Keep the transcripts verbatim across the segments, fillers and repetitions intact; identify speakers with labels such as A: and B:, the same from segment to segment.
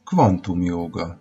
A: Kvantumjóga.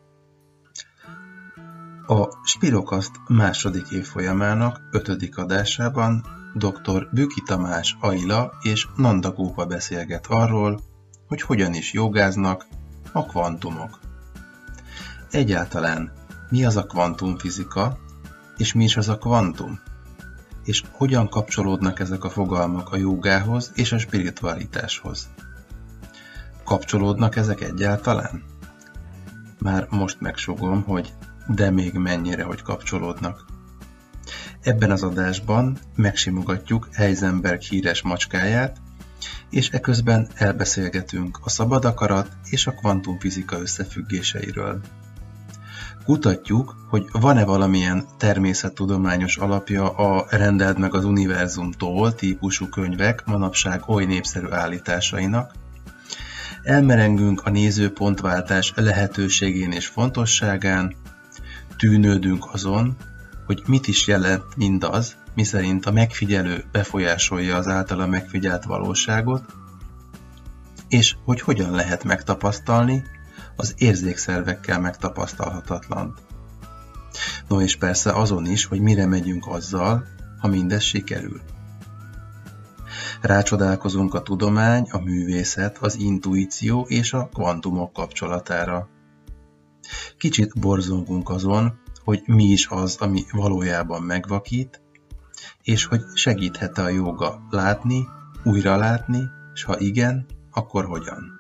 A: A Spirokaszt második évfolyamának ötödik adásában dr. Büki Tamás Aila és Nanda Gópa beszélget arról, hogy hogyan is jogáznak a kvantumok. Egyáltalán mi az a kvantumfizika, és mi is az a kvantum, és hogyan kapcsolódnak ezek a fogalmak a jogához és a spiritualitáshoz. Kapcsolódnak ezek egyáltalán? Már most megsugom, hogy de még mennyire, hogy kapcsolódnak. Ebben az adásban megsimogatjuk Heisenberg híres macskáját, és eközben elbeszélgetünk a szabad akarat és a kvantumfizika összefüggéseiről. Kutatjuk, hogy van-e valamilyen természettudományos alapja a rendeld meg az univerzumtól típusú könyvek manapság oly népszerű állításainak, elmerengünk a nézőpontváltás lehetőségén és fontosságán, tűnődünk azon, hogy mit is jelent mindaz, miszerint a megfigyelő befolyásolja az általa megfigyelt valóságot, és hogy hogyan lehet megtapasztalni az érzékszervekkel megtapasztalhatatlant. No és persze azon is, hogy mire megyünk azzal, ha mindez sikerül. Rácsodálkozunk a tudomány, a művészet, az intuíció és a kvantumok kapcsolatára. Kicsit borzongunk azon, hogy mi is az, ami valójában megvakít, és hogy segíthet-e a jóga látni, újra látni, és ha igen, akkor hogyan.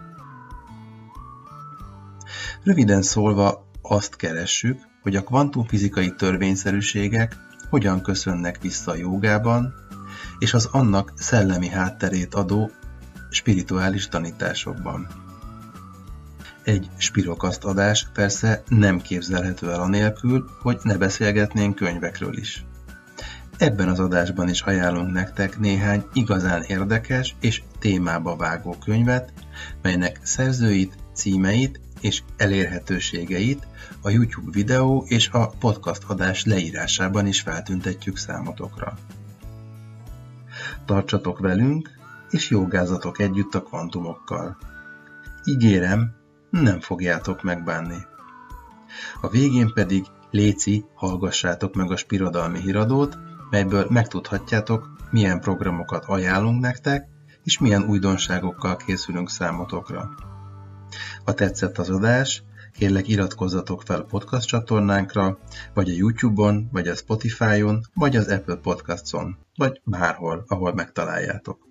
A: Röviden szólva azt keressük, hogy a kvantumfizikai törvényszerűségek hogyan köszönnek vissza a jogában, és az annak szellemi hátterét adó spirituális tanításokban. Egy Spirokaszt adás persze nem képzelhető el anélkül, hogy ne beszélgetnénk könyvekről is. Ebben az adásban is ajánlunk nektek néhány igazán érdekes és témába vágó könyvet, melynek szerzőit, címeit és elérhetőségeit a YouTube videó és a podcast adás leírásában is feltüntetjük számotokra. Tartsatok velünk, és jogázatok együtt a kvantumokkal. Ígérem, nem fogjátok megbánni. A végén pedig léci, hallgassátok meg a Spirodalmi Híradót, melyből megtudhatjátok, milyen programokat ajánlunk nektek, és milyen újdonságokkal készülünk számotokra. Ha tetszett az adás, kérlek iratkozzatok fel a podcast csatornánkra, vagy a YouTube-on, vagy a Spotify-on, vagy az Apple Podcasts-on, vagy bárhol, ahol megtaláljátok.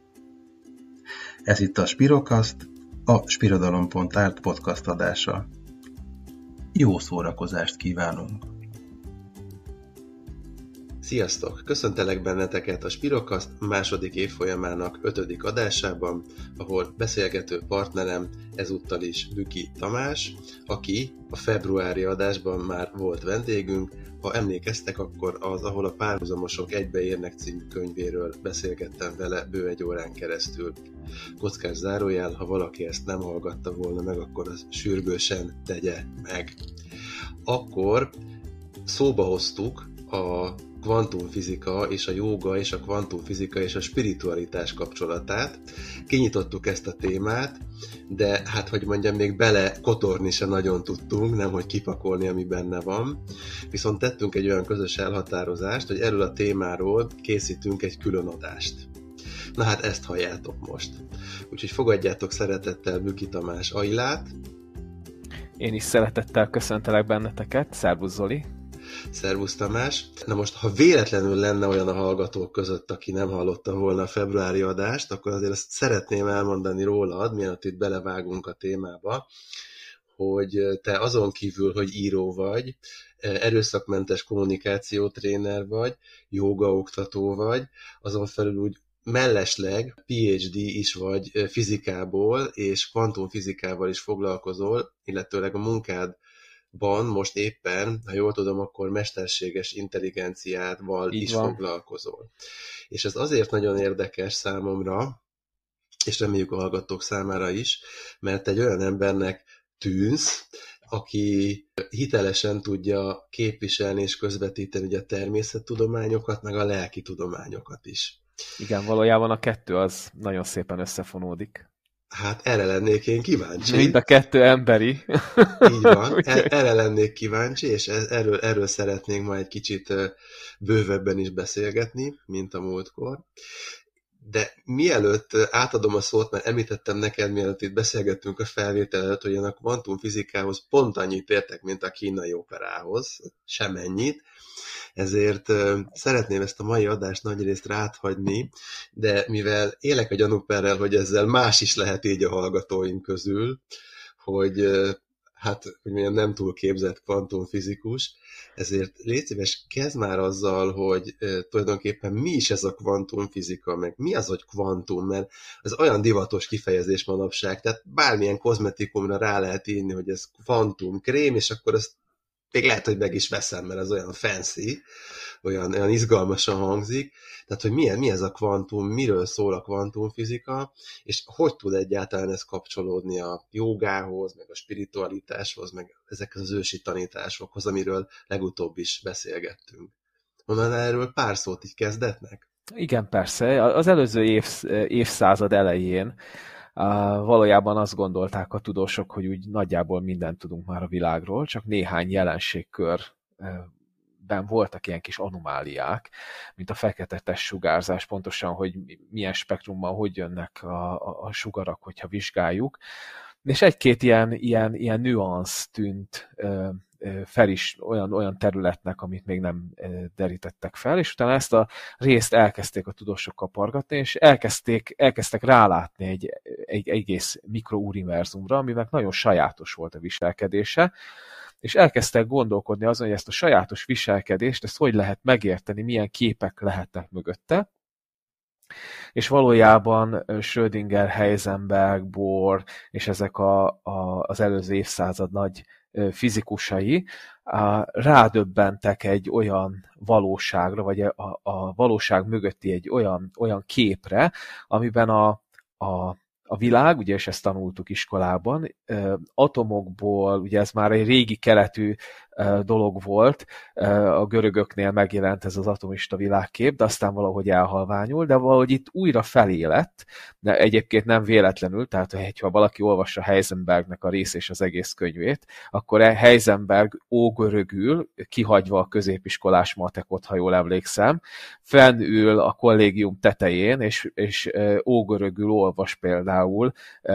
A: Ez itt a Spirokaszt, a spirodalom pont art podcast adása. Jó szórakozást kívánunk!
B: Sziasztok! Köszöntelek benneteket a Spirokaszt második évfolyamának ötödik adásában, ahol beszélgető partnerem ezúttal is Büki Tamás, aki a februári adásban már volt vendégünk. Ha emlékeztek, akkor az Ahol a párhuzamosok egybeérnek című könyvéről beszélgettem vele bő egy órán keresztül. Kockás zárójel, ha valaki ezt nem hallgatta volna meg, akkor az sürgősen tegye meg. Akkor szóba hoztuk a kvantumfizika és a jóga és a kvantumfizika és a spiritualitás kapcsolatát. Kinyitottuk ezt a témát, de hát, hogy mondjam, még bele kotorni se nagyon tudtunk, nemhogy kipakolni, ami benne van. Viszont tettünk egy olyan közös elhatározást, hogy erről a témáról készítünk egy külön adást. Na hát ezt halljátok most. Úgyhogy fogadjátok szeretettel Büki Tamás Ailát.
C: Én is szeretettel köszöntelek benneteket. Szervusz Zoli!
B: Szervusz Tamás! Na most, ha véletlenül lenne olyan a hallgatók között, aki nem hallotta volna a februári adást, akkor azért ezt szeretném elmondani rólad, mielőtt itt belevágunk a témába, hogy te azon kívül, hogy író vagy, erőszakmentes kommunikációtréner vagy, jógaoktató vagy, azon felül úgy mellesleg pé há dé is vagy fizikából, és kvantumfizikával is foglalkozol, illetőleg a munkád Ban most éppen, ha jól tudom, akkor mesterséges intelligenciával Így is van. foglalkozol. És ez azért nagyon érdekes számomra, és reméljük a hallgatók számára is, mert egy olyan embernek tűnsz, aki hitelesen tudja képviselni és közvetíteni ugye a természettudományokat, meg a lelki tudományokat is.
C: Igen, valójában a kettő az nagyon szépen összefonódik.
B: Hát erre lennék én kíváncsi.
C: Mind a kettő emberi.
B: Így van, er- erre lennék kíváncsi, és erről, erről szeretnénk ma egy kicsit bővebben is beszélgetni, mint a múltkor. De mielőtt átadom a szót, mert említettem neked, mielőtt itt beszélgettünk a felvétel előtt, hogy a kvantumfizikához pont annyit értek, mint a kínai operához, semennyit, ezért szeretném ezt a mai adást nagyrészt ráthagyni, de mivel élek a gyanúperrel, hogy ezzel más is lehet így a hallgatóink közül, hogy hát, hogy milyen nem túl képzett kvantumfizikus, ezért légy szíves, kezd már azzal, hogy e, tulajdonképpen mi is ez a kvantumfizika, meg mi az, hogy kvantum, mert ez olyan divatos kifejezés manapság, tehát bármilyen kozmetikumra rá lehet írni, hogy ez kvantumkrém, és akkor ezt még lehet, hogy meg is veszem, mert ez olyan fancy, olyan, olyan izgalmasan hangzik. Tehát, hogy milyen, mi ez a kvantum, miről szól a kvantumfizika, és hogy tud egyáltalán ez kapcsolódni a jogához, meg a spiritualitáshoz, meg ezekhez az ősi tanításokhoz, amiről legutóbb is beszélgettünk. Mondanál erről pár szót így kezdetnek?
C: Igen, persze. Az előző év, évszázad elején Uh, valójában azt gondolták a tudósok, hogy úgy nagyjából mindent tudunk már a világról, csak néhány jelenségkörben voltak ilyen kis anomáliák, mint a fekete testsugárzás, pontosan, hogy milyen spektrumban hogy jönnek a, a, a sugarak, hogyha vizsgáljuk. És egy-két ilyen, ilyen, ilyen nüansz tűnt uh, fel is olyan, olyan területnek, amit még nem derítettek fel, és utána ezt a részt elkezdték a tudósok kapargatni, és elkezdték, elkezdtek rálátni egy, egy egész mikrouniverzumra, aminek nagyon sajátos volt a viselkedése, és elkezdtek gondolkodni azon, hogy ezt a sajátos viselkedést, ezt hogy lehet megérteni, milyen képek lehetnek mögötte, és valójában Schrödinger, Heisenberg, Bohr és ezek a, a, az előző évszázad nagy fizikusai rádöbbentek egy olyan valóságra, vagy a, a valóság mögötti egy olyan, olyan képre, amiben a, a, a világ, ugye, és ezt tanultuk iskolában, atomokból, ugye ez már egy régi keletű dolog volt, a görögöknél megjelent ez az atomista világkép, de aztán valahogy elhalványul, de valahogy itt újra felélett, de egyébként nem véletlenül, tehát hogyha valaki olvassa Heisenbergnek a rész és az egész könyvét, akkor Heisenberg ógörögül, kihagyva a középiskolás matekot, ha jól emlékszem, fennül a kollégium tetején, és, és ógörögül olvas például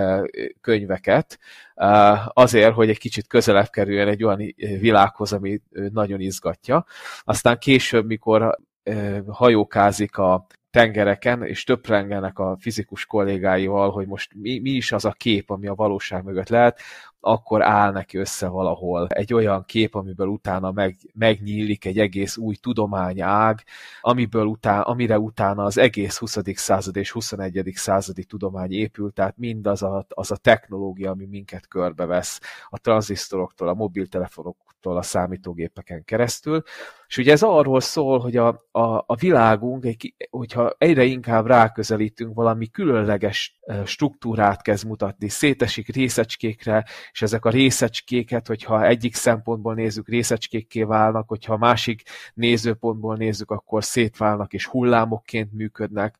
C: könyveket, azért, hogy egy kicsit közelebb kerüljön egy olyan világhoz, ami nagyon izgatja. Aztán később, mikor hajókázik a tengereken, és töprengenek a fizikus kollégáival, hogy most mi, mi is az a kép, ami a valóság mögött lehet, akkor áll neki össze valahol egy olyan kép, amiből utána meg, megnyílik egy egész új tudományág, amiből után, amire utána az egész huszadik század és huszonegyedik századi tudomány épült, tehát mindaz a, az a technológia, ami minket körbevesz, a tranzisztoroktól, a mobiltelefonoktól, a számítógépeken keresztül. És ugye ez arról szól, hogy a, a, a világunk, hogyha egyre inkább ráközelítünk, valami különleges struktúrát kezd mutatni, szétesik részecskékre, és ezek a részecskéket, hogyha egyik szempontból nézzük, részecskékké válnak, hogyha a másik nézőpontból nézzük, akkor szétválnak és hullámokként működnek.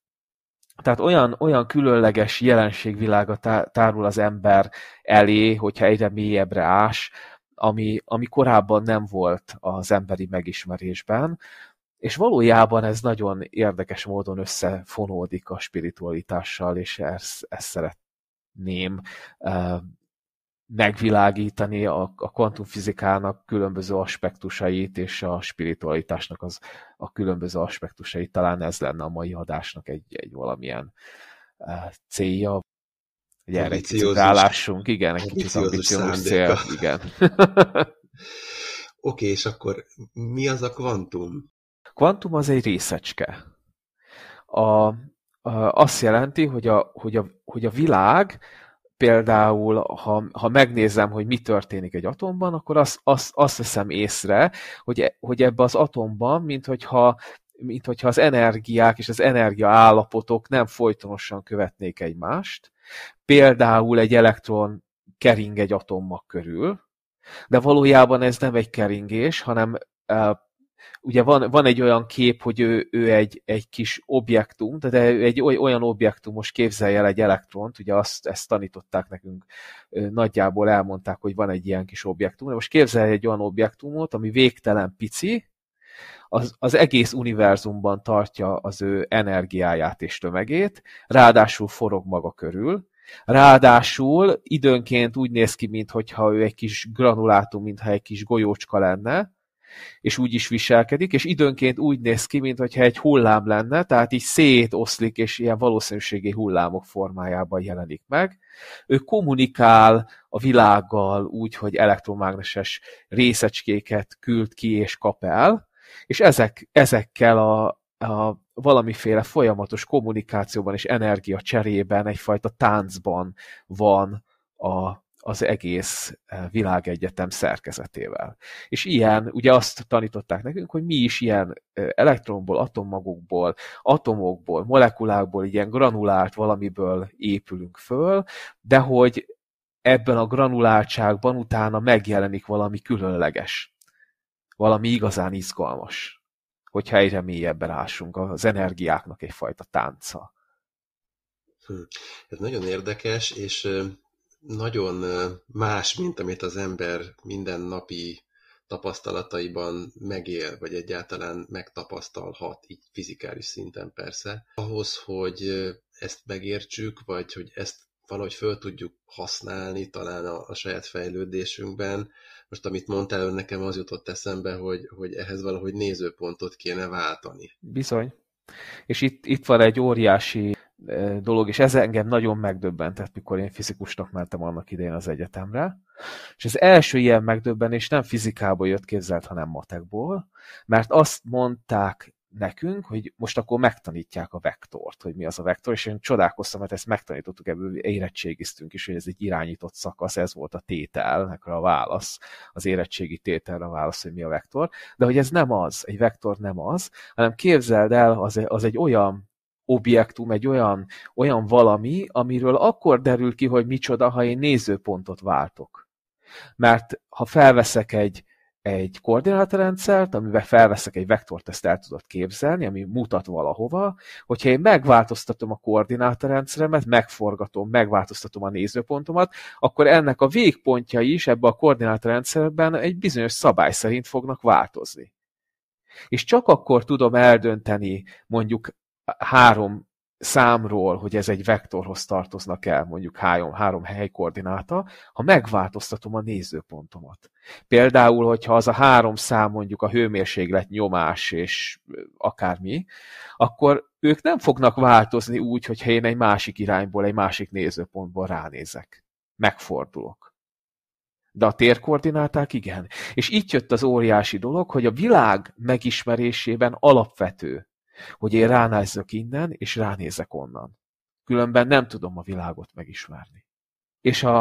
C: Tehát olyan, olyan különleges jelenségvilága tárul az ember elé, hogyha egyre mélyebbre ás, ami, ami korábban nem volt az emberi megismerésben, és valójában ez nagyon érdekes módon összefonódik a spiritualitással, és ezt, ezt szeretném uh, megvilágítani a, a kvantumfizikának különböző aspektusait, és a spiritualitásnak az, a különböző aspektusait. Talán ez lenne a mai adásnak egy, egy valamilyen uh, célja. Hogy erre egy kicsit rálássunk, igen, egy kicsit ambiciózus cél, igen.
B: Oké, és akkor mi az a kvantum?
C: Kvantum az egy részecske. A, a, azt jelenti, hogy a, hogy, a, hogy a világ, például, ha, ha megnézem, hogy mi történik egy atomban, akkor azt, azt, azt veszem észre, hogy, hogy ebbe az atomban, mint hogyha, mint hogyha az energiák és az energiaállapotok nem folytonosan követnék egymást. Például egy elektron kering egy atommag körül, de valójában ez nem egy keringés, hanem ugye van, van egy olyan kép, hogy ő, ő egy, egy kis objektum, de ő egy olyan objektum, most képzelj el egy elektront, ugye azt, ezt tanították nekünk, nagyjából elmondták, hogy van egy ilyen kis objektum, de most képzelj egy olyan objektumot, ami végtelen pici, az, az egész univerzumban tartja az ő energiáját és tömegét, ráadásul forog maga körül, ráadásul időnként úgy néz ki, mintha ő egy kis granulátum, mintha egy kis golyócska lenne, és úgy is viselkedik, és időnként úgy néz ki, mintha egy hullám lenne, tehát így szétoszlik, és ilyen valószínűségi hullámok formájában jelenik meg. Ő kommunikál a világgal úgy, hogy elektromágneses részecskéket küld ki és kap el, és ezek, ezekkel a, a valamiféle folyamatos kommunikációban és energia cserében, egyfajta táncban van a az egész világegyetem szerkezetével. És ilyen, ugye azt tanították nekünk, hogy mi is ilyen elektronból, atommagokból, atomokból, molekulákból, ilyen granulált valamiből épülünk föl, de hogy ebben a granuláltságban utána megjelenik valami különleges, valami igazán izgalmas, hogyha egyre mélyebben ásunk, az energiáknak egyfajta tánca.
B: Hm. Ez nagyon érdekes, és nagyon más, mint amit az ember mindennapi tapasztalataiban megél, vagy egyáltalán megtapasztalhat, így fizikális szinten persze. Ahhoz, hogy ezt megértsük, vagy hogy ezt valahogy föl tudjuk használni talán a, a saját fejlődésünkben. Most amit mondtál ön, nekem az jutott eszembe, hogy, hogy ehhez valahogy nézőpontot kéne váltani.
C: Bizony. És itt, itt van egy óriási dolog, és ez engem nagyon megdöbbentett, mikor én fizikusnak mentem annak idején az egyetemre. És az első ilyen megdöbbenés nem fizikából jött, képzelt, hanem matekból, mert azt mondták nekünk, hogy most akkor megtanítják a vektort, hogy mi az a vektor, és én csodálkoztam, mert ezt megtanítottuk, ebből érettségiztünk is, hogy ez egy irányított szakasz, ez volt a tételnek a válasz, az érettségi tételre a válasz, hogy mi a vektor, de hogy ez nem az, egy vektor nem az, hanem képzeld el, az, az egy olyan objektum, egy olyan, olyan valami, amiről akkor derül ki, hogy micsoda, ha én nézőpontot váltok. Mert ha felveszek egy, egy koordinátorrendszert, amivel felveszek egy vektort, ezt el tudod képzelni, ami mutat valahova, hogyha én megváltoztatom a koordinátorrendszeremet, megforgatom, megváltoztatom a nézőpontomat, akkor ennek a végpontjai is ebben a koordinátorrendszerben egy bizonyos szabály szerint fognak változni. És csak akkor tudom eldönteni mondjuk három számról, hogy ez egy vektorhoz tartoznak el, mondjuk három, három helykoordináta, ha megváltoztatom a nézőpontomat. Például, hogyha az a három szám mondjuk a hőmérséklet, nyomás és akármi, akkor ők nem fognak változni úgy, hogyha én egy másik irányból, egy másik nézőpontból ránézek. Megfordulok. De a térkoordináták igen. És itt jött az óriási dolog, hogy a világ megismerésében alapvető, hogy én ránézzek innen, és ránézek onnan. Különben nem tudom a világot megismerni. És a,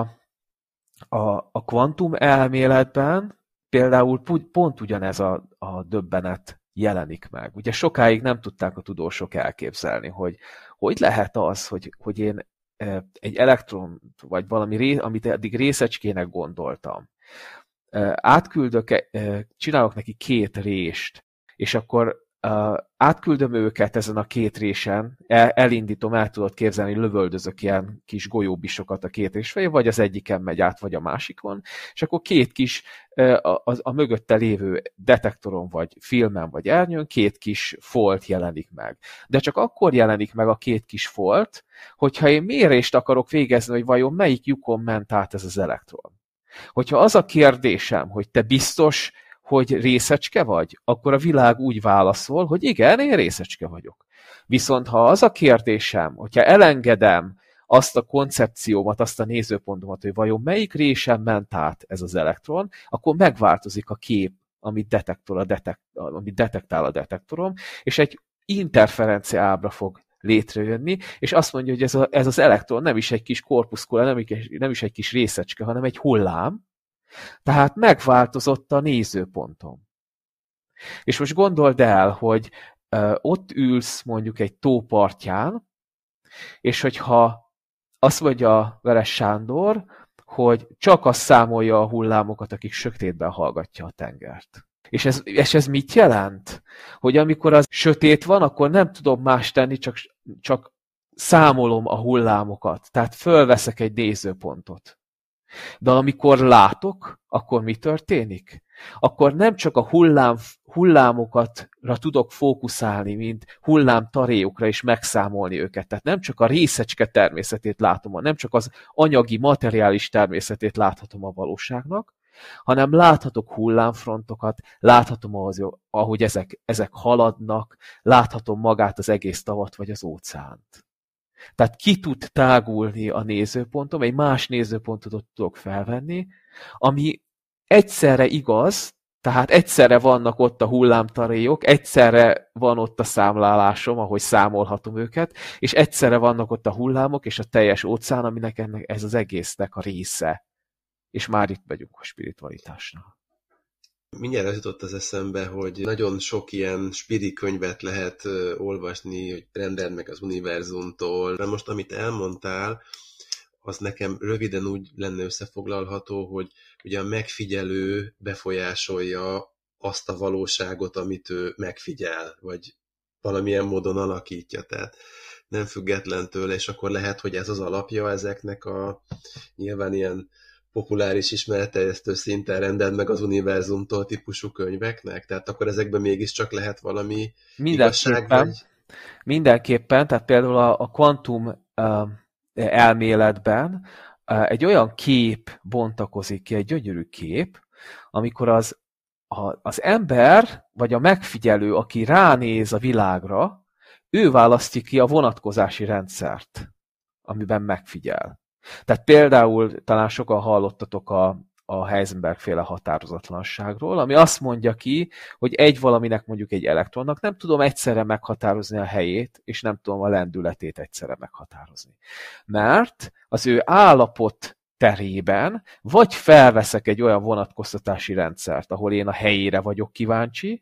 C: a, a kvantum elméletben például pont ugyanez a, a döbbenet jelenik meg. Ugye sokáig nem tudták a tudósok elképzelni, hogy hogy lehet az, hogy, hogy én egy elektron, vagy valami, amit eddig részecskének gondoltam, átküldök, csinálok neki két rést, és akkor Uh, átküldöm őket ezen a két résen, el, elindítom, el tudod képzelni, lövöldözök ilyen kis golyóbisokat a két rés felé, vagy az egyiken megy át, vagy a másikon, és akkor két kis, uh, a, a, a mögötte lévő detektoron, vagy filmen, vagy ernyőn két kis folt jelenik meg. De csak akkor jelenik meg a két kis folt, hogyha én mérést akarok végezni, hogy vajon melyik lyukon ment át ez az elektron. Hogyha az a kérdésem, hogy te biztos, hogy részecske vagy, akkor a világ úgy válaszol, hogy igen, én részecske vagyok. Viszont ha az a kérdésem, hogyha elengedem azt a koncepciómat, azt a nézőpontomat, hogy vajon melyik résen ment át ez az elektron, akkor megváltozik a kép, amit, detektor a detek, amit detektál a detektorom, és egy interferencia ábra fog létrejönni, és azt mondja, hogy ez, a, ez az elektron nem is egy kis korpuszkula, nem, nem is egy kis részecske, hanem egy hullám, tehát megváltozott a nézőpontom. És most gondold el, hogy uh, ott ülsz mondjuk egy tó partján, és hogyha azt mondja Veres Sándor, hogy csak azt számolja a hullámokat, akik sötétben hallgatja a tengert. És ez, és ez mit jelent? Hogy amikor az sötét van, akkor nem tudom más tenni, csak, csak számolom a hullámokat. Tehát fölveszek egy nézőpontot. De amikor látok, akkor mi történik? Akkor nem csak a hullám, hullámokatra tudok fókuszálni, mint hullámtaréjukra és megszámolni őket. Tehát nem csak a részecske természetét látom, nem csak az anyagi, materiális természetét láthatom a valóságnak, hanem láthatok hullámfrontokat, láthatom, ahogy, ahogy ezek, ezek haladnak, láthatom magát az egész tavat vagy az óceánt. Tehát ki tud tágulni a nézőpontom, egy más nézőpontot tudok felvenni, ami egyszerre igaz, tehát egyszerre vannak ott a hullámtaréjok, egyszerre van ott a számlálásom, ahogy számolhatom őket, és egyszerre vannak ott a hullámok és a teljes óceán, aminek ennek, ez az egésznek a része. És már itt vagyunk a spiritualitásnál.
B: Mindjárt az jutott az eszembe, hogy nagyon sok ilyen spiri könyvet lehet uh, olvasni, hogy rendeld meg az univerzumtól. De most, amit elmondtál, az nekem röviden úgy lenne összefoglalható, hogy ugye a megfigyelő befolyásolja azt a valóságot, amit ő megfigyel, vagy valamilyen módon alakítja. Tehát nem független tőle, és akkor lehet, hogy ez az alapja ezeknek a nyilván ilyen populáris ismeretterjesztő szinten rendeld meg az univerzumtól típusú könyveknek? Tehát akkor ezekben mégiscsak lehet valami igazság? Vagy...
C: Mindenképpen, tehát például a, a kvantum uh, elméletben uh, egy olyan kép bontakozik ki, egy gyönyörű kép, amikor az, a, az ember, vagy a megfigyelő, aki ránéz a világra, ő választja ki a vonatkozási rendszert, amiben megfigyel. Tehát például talán sokan hallottatok a, a Heisenberg-féle határozatlanságról, ami azt mondja ki, hogy egy valaminek, mondjuk egy elektronnak nem tudom egyszerre meghatározni a helyét, és nem tudom a lendületét egyszerre meghatározni. Mert az ő állapot terében vagy felveszek egy olyan vonatkoztatási rendszert, ahol én a helyére vagyok kíváncsi,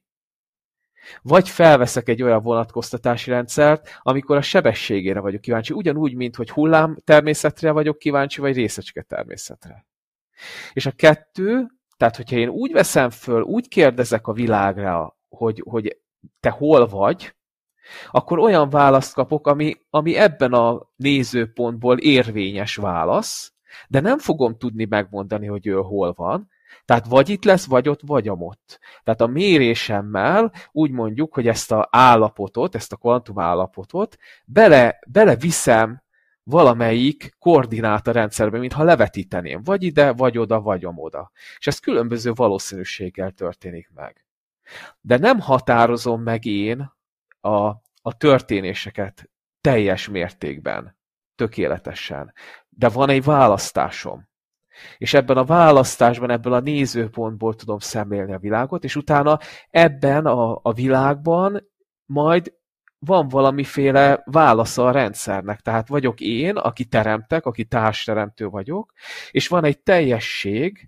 C: vagy felveszek egy olyan vonatkoztatási rendszert, amikor a sebességére vagyok kíváncsi, ugyanúgy, mint hogy hullám természetre vagyok kíváncsi, vagy részecske természetre. És a kettő, tehát hogyha én úgy veszem föl, úgy kérdezek a világra, hogy, hogy te hol vagy, akkor olyan választ kapok, ami, ami ebben a nézőpontból érvényes válasz, de nem fogom tudni megmondani, hogy ő hol van. Tehát vagy itt lesz, vagy ott, vagy amott. Tehát a mérésemmel úgy mondjuk, hogy ezt az állapotot, ezt a kvantum állapotot bele, beleviszem valamelyik koordináta rendszerbe, mintha levetíteném. Vagy ide, vagy oda, vagy amoda. És ez különböző valószínűséggel történik meg. De nem határozom meg én a, a történéseket teljes mértékben, tökéletesen. De van egy választásom. És ebben a választásban, ebből a nézőpontból tudom szemlélni a világot, és utána ebben a, a világban majd van valamiféle válasza a rendszernek. Tehát vagyok én, aki teremtek, aki társteremtő vagyok, és van egy teljesség,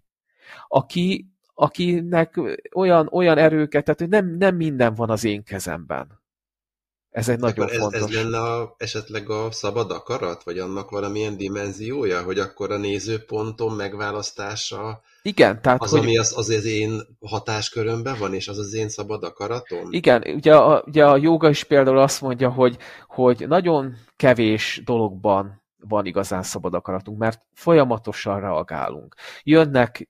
C: aki, akinek olyan, olyan erőket, tehát hogy nem, nem minden van az én kezemben. Ez egy nagyon
B: ez,
C: fontos.
B: Ez lenne a, esetleg a szabad akarat, vagy annak valamilyen dimenziója, hogy akkor a nézőpontom megválasztása
C: igen, tehát,
B: az,
C: hogy...
B: ami az, az az én hatáskörömben van, és az az én szabad akaratom?
C: Igen, ugye a, ugye a jóga is például azt mondja, hogy, hogy nagyon kevés dologban van igazán szabad akaratunk, mert folyamatosan reagálunk. Jönnek...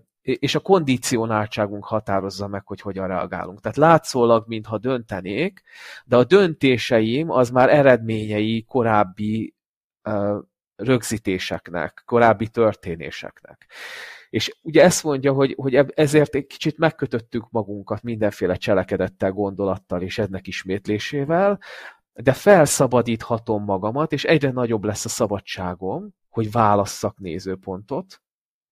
C: és a kondicionáltságunk határozza meg, hogy hogyan reagálunk. Tehát látszólag, mintha döntenék, de a döntéseim az már eredményei korábbi uh, rögzítéseknek, korábbi történéseknek. És ugye ezt mondja, hogy, hogy ezért egy kicsit megkötöttük magunkat mindenféle cselekedettel, gondolattal és ennek ismétlésével, de felszabadíthatom magamat, és egyre nagyobb lesz a szabadságom, hogy válasszak nézőpontot,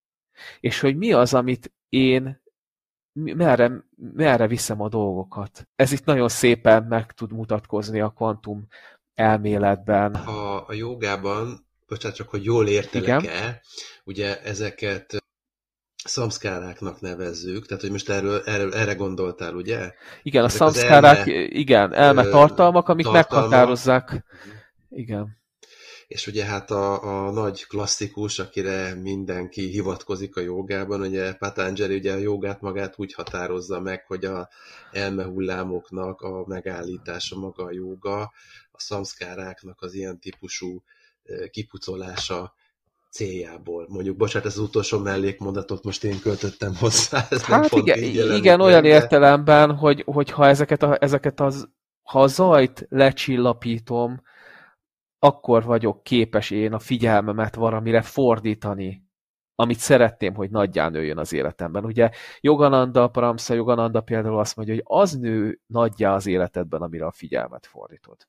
C: és hogy mi az, amit én merre, merre viszem a dolgokat. Ez itt nagyon szépen meg tud mutatkozni a kvantum elméletben.
B: A, a jogában, bocsánat, csak hogy jól értelek-e, ugye ezeket szamszkáráknak nevezzük, tehát hogy most erről, erről erre gondoltál, ugye?
C: Igen,
B: ezek
C: a szamszkárák, elme, igen, elme tartalmak, amik tartalmak. Meghatározzák. Igen.
B: És ugye hát a, a nagy klasszikus, akire mindenki hivatkozik a jogában, ugye Patanjali ugye a jogát magát úgy határozza meg, hogy a elmehullámoknak a megállítása maga a jóga, a szamszkáráknak az ilyen típusú kipucolása céljából. Mondjuk, bocsánat, ez az utolsó mellékmondatot most én költöttem hozzá. Ez
C: hát
B: nem
C: igen,
B: igen,
C: igen olyan
B: de...
C: értelemben, hogy, hogy ha ezeket, a, ezeket az, ha a zajt lecsillapítom, akkor vagyok képes én a figyelmemet valamire fordítani, amit szeretném, hogy nagyján nőjön az életemben. Ugye Yogananda, Paramsa Yogananda például azt mondja, hogy az nő nagyjá az életedben, amire a figyelmet fordítod.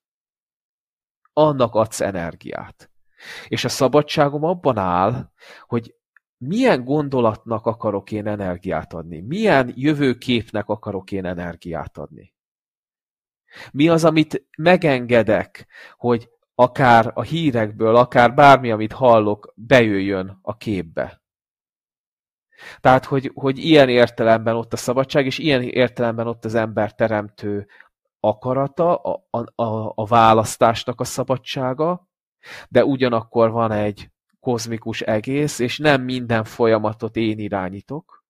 C: Annak adsz energiát. És a szabadságom abban áll, hogy milyen gondolatnak akarok én energiát adni, milyen jövőképnek akarok én energiát adni. Mi az, amit megengedek, hogy akár a hírekből, akár bármi, amit hallok, bejöjjön a képbe. Tehát, hogy, hogy ilyen értelemben ott a szabadság, és ilyen értelemben ott az ember teremtő akarata, a, a, a választásnak a szabadsága, de ugyanakkor van egy kozmikus egész, és nem minden folyamatot én irányítok,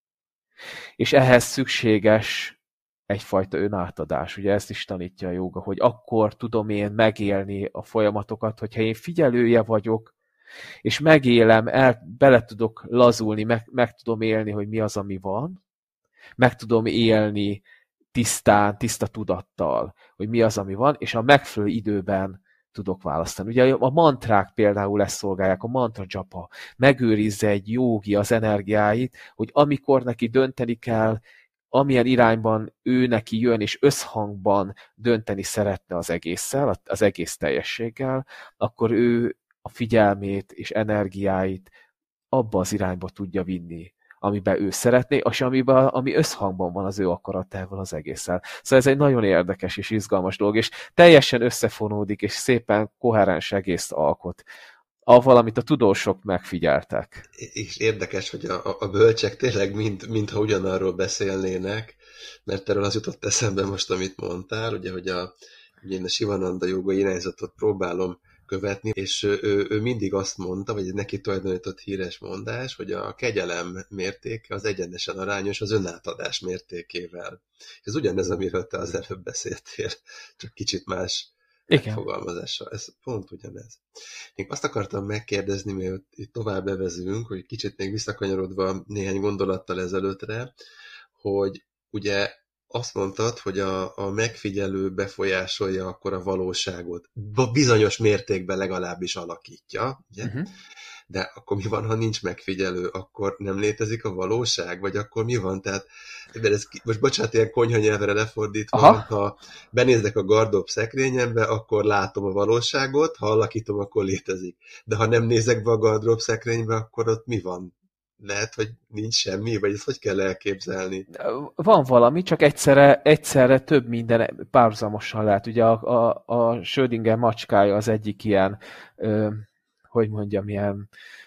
C: és ehhez szükséges egyfajta önátadás. Ugye ezt is tanítja a jóga, hogy akkor tudom én megélni a folyamatokat, hogyha én figyelője vagyok, és megélem, el, bele tudok lazulni, meg, meg tudom élni, hogy mi az, ami van, meg tudom élni tisztán, tiszta tudattal, hogy mi az, ami van, és a megfelelő időben tudok választani. Ugye a mantrák például ezt szolgálják, a mantra japa megőrizze egy jógi az energiáit, hogy amikor neki dönteni kell, amilyen irányban ő neki jön, és összhangban dönteni szeretne az egésszel, az egész teljességgel, akkor ő a figyelmét és energiáit abba az irányba tudja vinni, amiben ő szeretné, és amiben, ami összhangban van az ő akaratával az egésszel. Szóval ez egy nagyon érdekes és izgalmas dolog, és teljesen összefonódik, és szépen koherens egészt alkot, avval, amit a tudósok megfigyeltek.
B: És érdekes, hogy a, a bölcsek tényleg mind, mintha ugyanarról beszélnének, mert erről az jutott eszembe most, amit mondtál, ugye, hogy a, ugye én a Sivananda joga irányzatot próbálom követni, és ő, ő, ő mindig azt mondta, vagy neki tulajdonított híres mondás, hogy a kegyelem mértéke az egyenesen arányos az önátadás mértékével. Ez ugyanez, amiről te az előbb beszéltél, csak kicsit más megfogalmazással. Ez pont ugyanez. Még azt akartam megkérdezni, mert itt tovább bevezünk, hogy kicsit még visszakanyarodva néhány gondolattal ezelőttre, hogy ugye azt mondtad, hogy a, a megfigyelő befolyásolja akkor a valóságot. Bizonyos mértékben legalábbis alakítja, ugye? Uh-huh. De akkor mi van, ha nincs megfigyelő? Akkor nem létezik a valóság? Vagy akkor mi van? Tehát, ez, most bocsánat, ilyen konyha nyelvre lefordítva, aha, ha benézek a gardrób szekrényembe, akkor látom a valóságot, ha alakítom, akkor létezik. De ha nem nézek be a gardrób szekrénybe, akkor ott mi van? Lehet, hogy nincs semmi, vagy ezt hogy kell elképzelni?
C: Van valami, csak egyszerre, egyszerre több minden párhuzamosan lehet. Ugye a, a, a Schrödinger macskája az egyik ilyen, ö, hogy mondjam, ilyen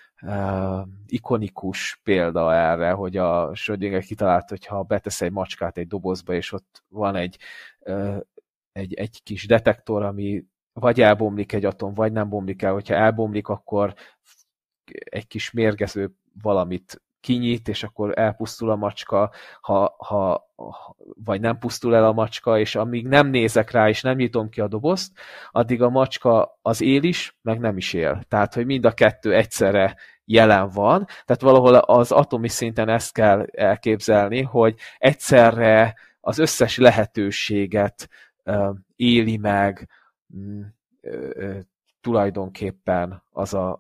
C: ö, ikonikus példa erre, hogy a Schrödinger kitalált, hogyha betesz egy macskát egy dobozba, és ott van egy, ö, egy, egy kis detektor, ami vagy elbomlik egy atom, vagy nem bomlik el. Hogyha elbomlik, akkor egy kis mérgező valamit kinyit, és akkor elpusztul a macska, ha, ha, vagy nem pusztul el a macska, és amíg nem nézek rá, és nem nyitom ki a dobozt, addig a macska az él is, meg nem is él. Tehát, hogy mind a kettő egyszerre jelen van. Tehát valahol az atomi szinten ezt kell elképzelni, hogy egyszerre az összes lehetőséget uh, éli meg uh, uh, tulajdonképpen az a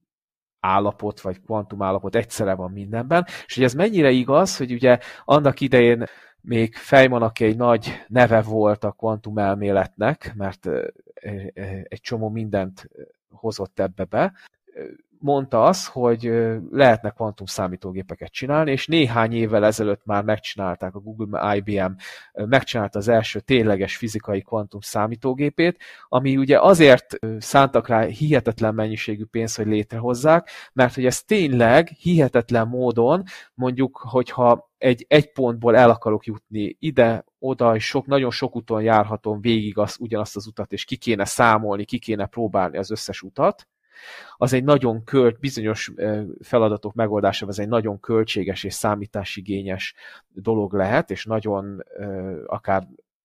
C: állapot, vagy kvantumállapot egyszerre van mindenben, és hogy ez mennyire igaz, hogy ugye annak idején még Feynmannak egy nagy neve volt a kvantumelméletnek, mert egy csomó mindent hozott ebbe be. mondta azt, hogy lehetne kvantum számítógépeket csinálni, és néhány évvel ezelőtt már megcsinálták, a Google, I B M megcsinálta az első tényleges fizikai kvantum számítógépét, ami ugye azért szántak rá hihetetlen mennyiségű pénzt, hogy létrehozzák, mert hogy ez tényleg hihetetlen módon, mondjuk, hogyha egy, egy pontból el akarok jutni ide, oda, és sok, nagyon sok úton járhatom végig az, ugyanazt az utat, és ki kéne számolni, ki kéne próbálni az összes utat, az egy nagyon költ, bizonyos feladatok megoldása, ez egy nagyon költséges és számításigényes dolog lehet, és nagyon akár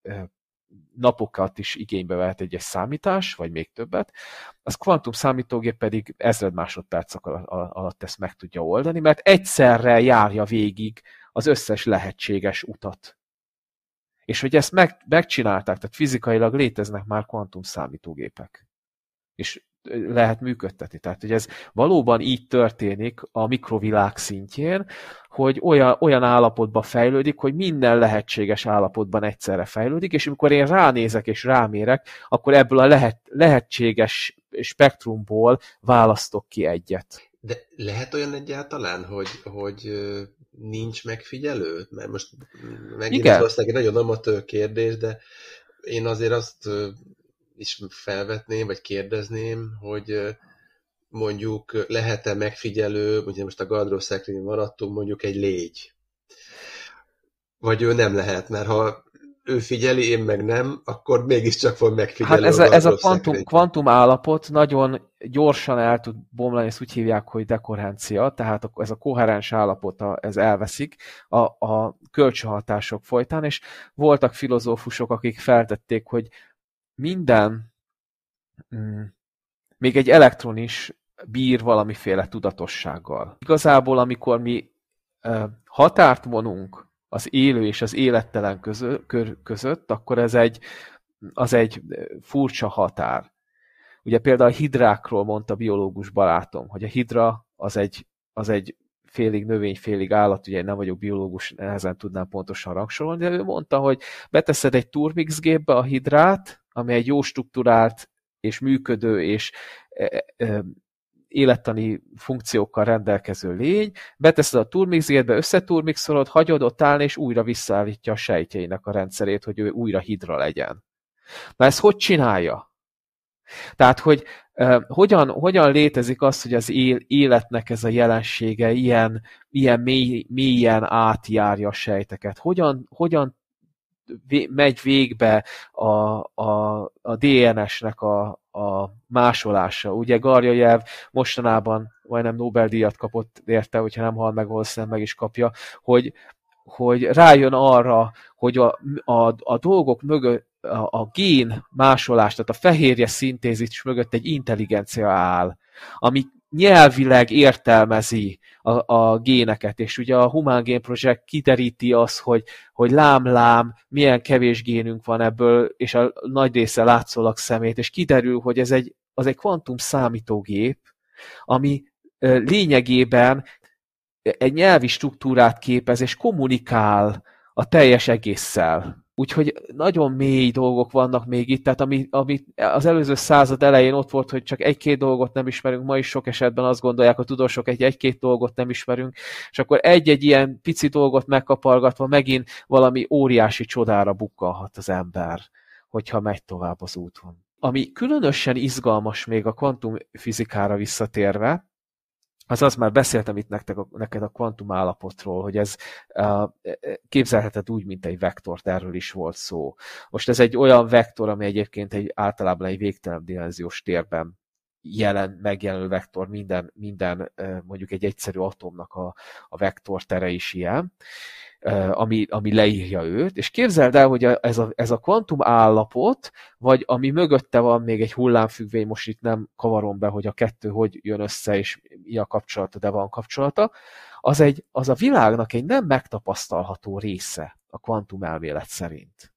C: napokat is igénybe vehet egy számítás, vagy még többet. Az kvantum számítógép pedig ezred másodpercek alatt ezt meg tudja oldani, mert egyszerre járja végig az összes lehetséges utat. És hogy ezt meg, megcsinálták, tehát fizikailag léteznek már kvantum számítógépek. És lehet működtetni. Tehát, hogy ez valóban így történik a mikrovilág szintjén, hogy olyan, olyan állapotba fejlődik, hogy minden lehetséges állapotban egyszerre fejlődik, és amikor én ránézek és rámérek, akkor ebből a lehet, lehetséges spektrumból választok ki egyet.
B: De lehet olyan egyáltalán, hogy, hogy nincs megfigyelő? Mert most megint ez valószínűleg egy nagyon amatőr kérdés, de én azért azt is felvetném, vagy kérdezném, hogy mondjuk lehet-e megfigyelő, ugye most a gardróbszekrényen maradtunk, mondjuk egy légy. Vagy ő nem lehet, mert ha ő figyeli, én meg nem, akkor mégiscsak van megfigyelő.
C: Hát ez a, ez a kvantum, kvantum állapot nagyon gyorsan el tud bomlani, ezt úgy hívják, hogy dekoherencia, tehát ez a koherens állapota, ez elveszik a, a kölcsönhatások folytán, és voltak filozófusok, akik feltették, hogy minden, mm, még egy elektron is bír valamiféle tudatossággal. Igazából, amikor mi uh, határt vonunk az élő és az élettelen közö, kör, között, akkor ez egy, az egy furcsa határ. Ugye például a hidrákról mondta biológus barátom, hogy a hidra az egy, az egy félig növény, félig állat, ugye én nem vagyok biológus, nehezen tudnám pontosan rangsorolni, de ő mondta, hogy beteszed egy Turmix gépbe a hidrát, ami egy jó struktúrált és működő és e, e, élettani funkciókkal rendelkező lény, beteszed a Turmix gépbe, összeturmixolod, hagyod ott állni, és újra visszaállítja a sejtjeinek a rendszerét, hogy ő újra hidra legyen. Na ezt hogy csinálja? Tehát, hogy uh, hogyan, hogyan létezik az, hogy az életnek ez a jelensége ilyen, ilyen mély, mélyen átjárja a sejteket? Hogyan, hogyan vé, megy végbe a, a, a dé en es-nek a, a másolása? Ugye Garjajev mostanában majdnem Nobel-díjat kapott érte, hogyha nem hal meg, valószínűleg meg is kapja, hogy, hogy rájön arra, hogy a, a, a dolgok mögött A, a gén másolás, tehát a fehérje szintézis mögött egy intelligencia áll, ami nyelvileg értelmezi a, a géneket, és ugye a Human Gene Project kideríti azt, hogy, hogy lám-lám, milyen kevés génünk van ebből, és a nagy része látszólag szemét, és kiderül, hogy ez egy, az egy kvantum számítógép, ami lényegében egy nyelvi struktúrát képez, és kommunikál a teljes egésszel. Úgyhogy nagyon mély dolgok vannak még itt, tehát ami, ami az előző század elején ott volt, hogy csak egy-két dolgot nem ismerünk, ma is sok esetben azt gondolják a tudósok, hogy egy-két dolgot nem ismerünk, és akkor egy-egy ilyen pici dolgot megkapargatva megint valami óriási csodára bukkanhat az ember, hogyha megy tovább az úton. Ami különösen izgalmas még a kvantumfizikára visszatérve, az az, már beszéltem itt nektek, neked a kvantum állapotról, hogy ez uh, képzelheted úgy, mint egy vektort, erről is volt szó. Most ez egy olyan vektor, ami egyébként egy, általában egy végtelen dimenziós térben jelen, megjelenő vektor, minden, minden uh, mondjuk egy egyszerű atomnak a, a vektortere is ilyen, uh, ami, ami leírja őt, és képzeld el, hogy ez a, ez a kvantum állapot, vagy ami mögötte van még egy hullámfüggvény, most itt nem kavarom be, hogy a kettő hogy jön össze, és mi a kapcsolata, de van kapcsolata, az, egy, az a világnak egy nem megtapasztalható része a kvantum elmélet szerint.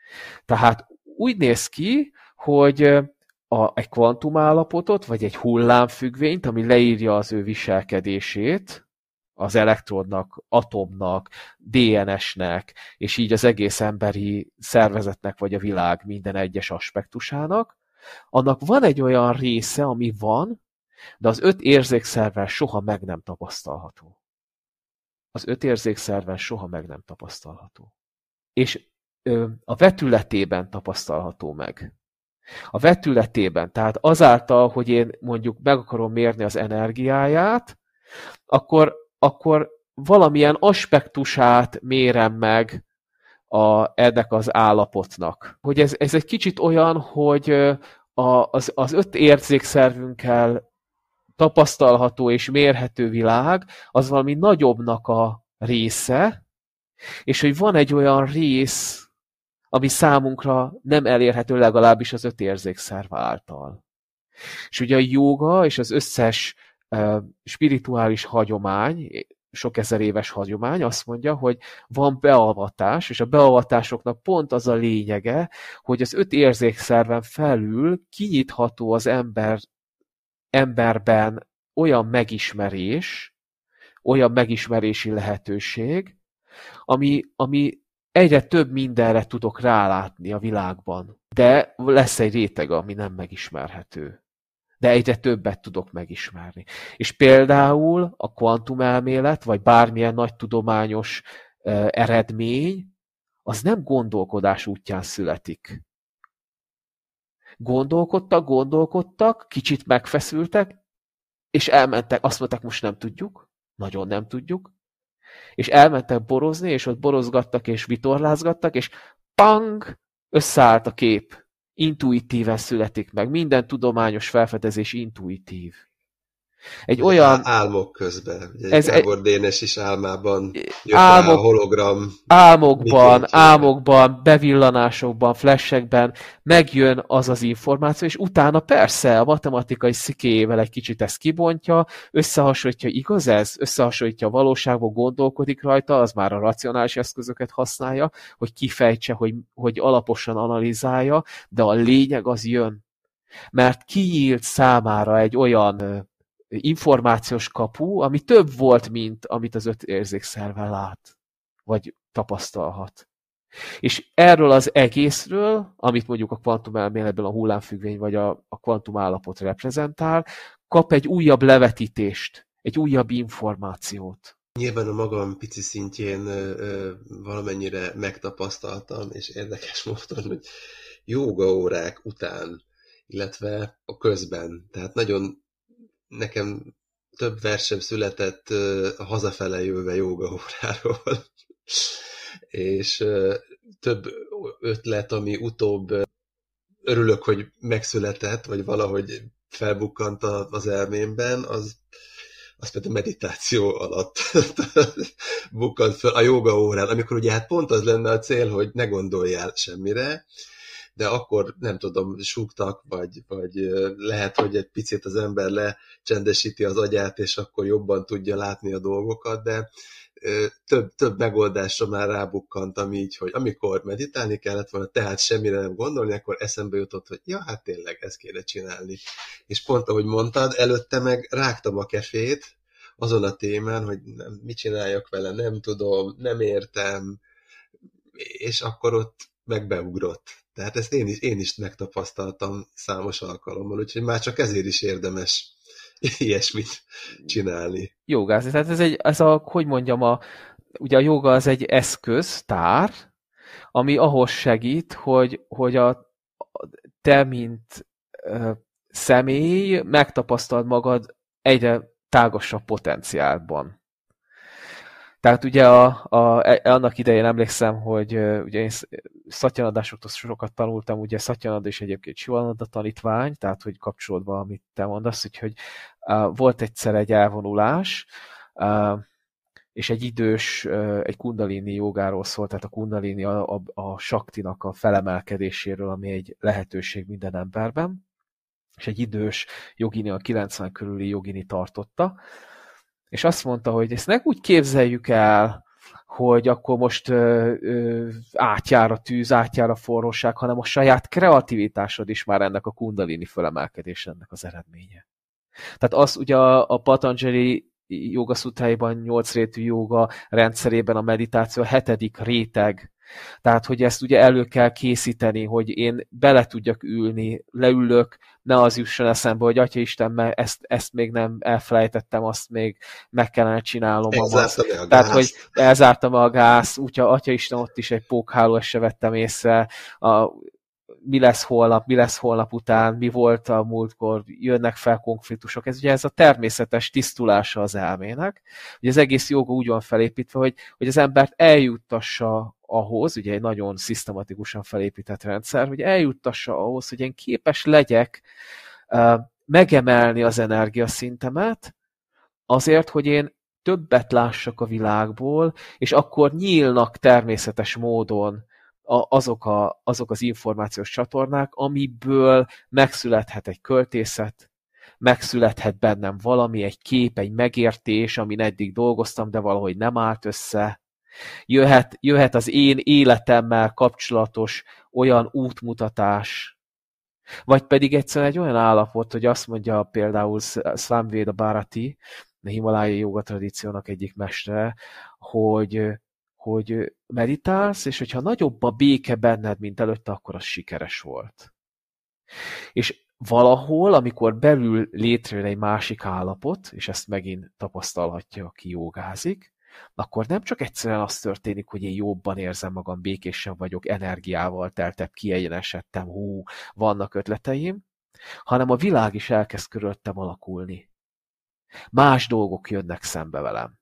C: Tehát úgy néz ki, hogy a, egy kvantum állapotot, vagy egy hullámfüggvényt, ami leírja az ő viselkedését, az elektronnak, atomnak, dé en es-nek, és így az egész emberi szervezetnek, vagy a világ minden egyes aspektusának, annak van egy olyan része, ami van, De az öt érzékszervvel soha meg nem tapasztalható. Az öt érzékszervvel soha meg nem tapasztalható. És ö, a vetületében tapasztalható meg. A vetületében, tehát azáltal, hogy én mondjuk meg akarom mérni az energiáját, akkor, akkor valamilyen aspektusát mérem meg a, ennek az állapotnak. Hogy ez, ez egy kicsit olyan, hogy a, az, az öt érzékszervünkkel tapasztalható és mérhető világ, az valami nagyobbnak a része, és hogy van egy olyan rész, ami számunkra nem elérhető, legalábbis az öt érzékszerv által. És ugye a jóga és az összes uh, spirituális hagyomány, sok ezer éves hagyomány azt mondja, hogy van beavatás, és a beavatásoknak pont az a lényege, hogy az öt érzékszerven felül kinyitható az ember, emberben olyan megismerés, olyan megismerési lehetőség, ami, ami egyre több mindenre tudok rálátni a világban. De lesz egy réteg, ami nem megismerhető. De egyre többet tudok megismerni. És például a kvantumelmélet, vagy bármilyen nagy tudományos uh, eredmény, az nem gondolkodás útján születik. Gondolkodtak, gondolkodtak, kicsit megfeszültek, és elmentek, azt mondták, most nem tudjuk, nagyon nem tudjuk, és elmentek borozni, és ott borozgattak, és vitorlázgattak, és pang, összeállt a kép. Intuitíven születik meg. Minden tudományos felfedezés intuitív. Egy olyan...
B: Álmok közben. Ugye
C: ez
B: Gábor egy... Dénes is álmában jött
C: álmok,
B: rá a hologram.
C: Álmokban, álmokban, bevillanásokban, flashekben megjön az az információ, és utána persze a matematikai szikéjével egy kicsit ezt kibontja, összehasonlítja, igaz ez? Összehasonlítja a valóságban, gondolkodik rajta, az már a racionális eszközöket használja, hogy kifejtse, hogy, hogy alaposan analizálja, de a lényeg az jön. Mert kinyílt számára egy olyan információs kapu, ami több volt, mint amit az öt érzékszerve lát, vagy tapasztalhat. És erről az egészről, amit mondjuk a kvantumelméletben a hullámfüggvény vagy a, a kvantumállapot reprezentál, kap egy újabb levetítést, egy újabb információt.
B: Nyilván a magam pici szintjén ö, ö, valamennyire megtapasztaltam, és érdekes módon, hogy jógaórák után, illetve a közben, tehát nagyon nekem több versem született uh, hazafele jöve jógaóráról, és uh, több ötlet, ami utóbb uh, örülök, hogy megszületett, vagy valahogy felbukkant az elmémben, az, az például a meditáció alatt bukkant fel a jógaórán, amikor ugye hát pont az lenne a cél, hogy ne gondoljál semmire, de akkor nem tudom, súgtak, vagy, vagy lehet, hogy egy picit az ember lecsendesíti az agyát, és akkor jobban tudja látni a dolgokat, de több, több megoldásra már rábukkantam így, hogy amikor meditálni kellett volna, tehát semmire nem gondolni, akkor eszembe jutott, hogy ja, hát tényleg ezt kéne csinálni. És pont ahogy mondtad, előtte meg rágtam a kefét azon a témán, hogy nem, mit csináljak vele, nem tudom, nem értem, és akkor ott meg beugrott. Tehát ezt én is, én is megtapasztaltam számos alkalommal, úgyhogy már csak ezért is érdemes ilyesmit csinálni.
C: Jogázni, tehát ez egy, ez a, hogy mondjam, a, ugye a joga az egy eszköztár, ami ahhoz segít, hogy, hogy a, te, mint ö, személy megtapasztald magad egyre tágasabb potenciálban. Tehát ugye a, a, annak idején emlékszem, hogy uh, ugye én szatyanadásoktól sokat tanultam, ugye Szatyanada is egyébként Sivananda tanítvány, tehát hogy kapcsolódva, amit te mondasz, úgyhogy uh, volt egyszer egy elvonulás, uh, és egy idős, uh, egy kundalini jogáról szólt, tehát a kundalini a, a, a saktinak a felemelkedéséről, ami egy lehetőség minden emberben, és egy idős jogini, a kilencven körüli jogini tartotta, és azt mondta, hogy ezt ne úgy képzeljük el, hogy akkor most ö, ö, átjár a tűz, átjár a forróság, hanem a saját kreativitásod is már ennek a kundalini fölemelkedés ennek az eredménye. Tehát az ugye a, a Patanjali joga szutráiban, nyolc rétű joga rendszerében a meditáció a hetedik réteg, Tehát, hogy ezt ugye elő kell készíteni, hogy én bele tudjak ülni, leülök, ne az jusson eszembe, hogy Atya Isten, mert ezt, ezt még nem elfelejtettem, azt még meg kellene csinálnom.
B: Elzártam-e a
C: Tehát,
B: gázt?
C: hogy elzártam a gáz, úgyhogy Atya Isten, ott is egy pókháló, ezt se vettem észre. A, mi lesz holnap, mi lesz holnap után, mi volt a múltkor, jönnek fel konfliktusok. Ez ugye ez a természetes tisztulása az elmének. Ugye az egész joga úgy van felépítve, hogy, hogy az embert eljuttassa ahhoz, ugye egy nagyon szisztematikusan felépített rendszer, hogy eljuttassa ahhoz, hogy én képes legyek uh, megemelni az energiaszintemet azért, hogy én többet lássak a világból, és akkor nyílnak természetes módon azok, a, azok az információs csatornák, amiből megszülethet egy költészet, megszülethet bennem valami, egy kép, egy megértés, amin eddig dolgoztam, de valahogy nem állt össze. Jöhet, jöhet az én életemmel kapcsolatos olyan útmutatás, vagy pedig egyszerűen egy olyan állapot, hogy azt mondja például Swamveda Bharati, a himalájai jóga tradíciónak egyik mestere, hogy hogy meditálsz, és hogyha nagyobb a béke benned, mint előtte, akkor az sikeres volt. És valahol, amikor belül létrejön egy másik állapot, és ezt megint tapasztalhatja, aki jogázik, akkor nem csak egyszerűen az történik, hogy én jobban érzem magam, békésen vagyok, energiával teltebb, kiegyenesedtem, hú, vannak ötleteim, hanem a világ is elkezd körülöttem alakulni. Más dolgok jönnek szembe velem.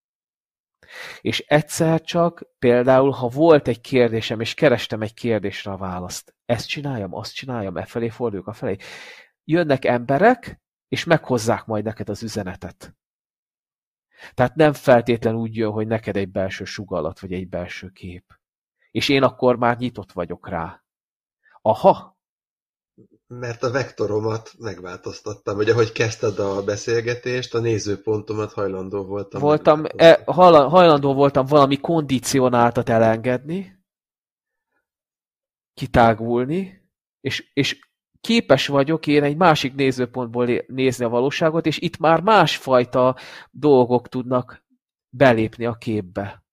C: És egyszer csak, például, ha volt egy kérdésem, és kerestem egy kérdésre a választ, ezt csináljam, azt csináljam, e felé forduljak, a felé. Jönnek emberek, és meghozzák majd neked az üzenetet. Tehát nem feltétlenül úgy jön, hogy neked egy belső sugallat, vagy egy belső kép. És én akkor már nyitott vagyok rá. Aha!
B: Mert a vektoromat megváltoztattam, vagy ahogy kezdted a beszélgetést, a nézőpontomat hajlandó voltam.
C: Voltam, e, hajlandó voltam valami kondicionáltat elengedni, kitágulni, és, és képes vagyok én egy másik nézőpontból nézni a valóságot, és itt már másfajta dolgok tudnak belépni a képbe.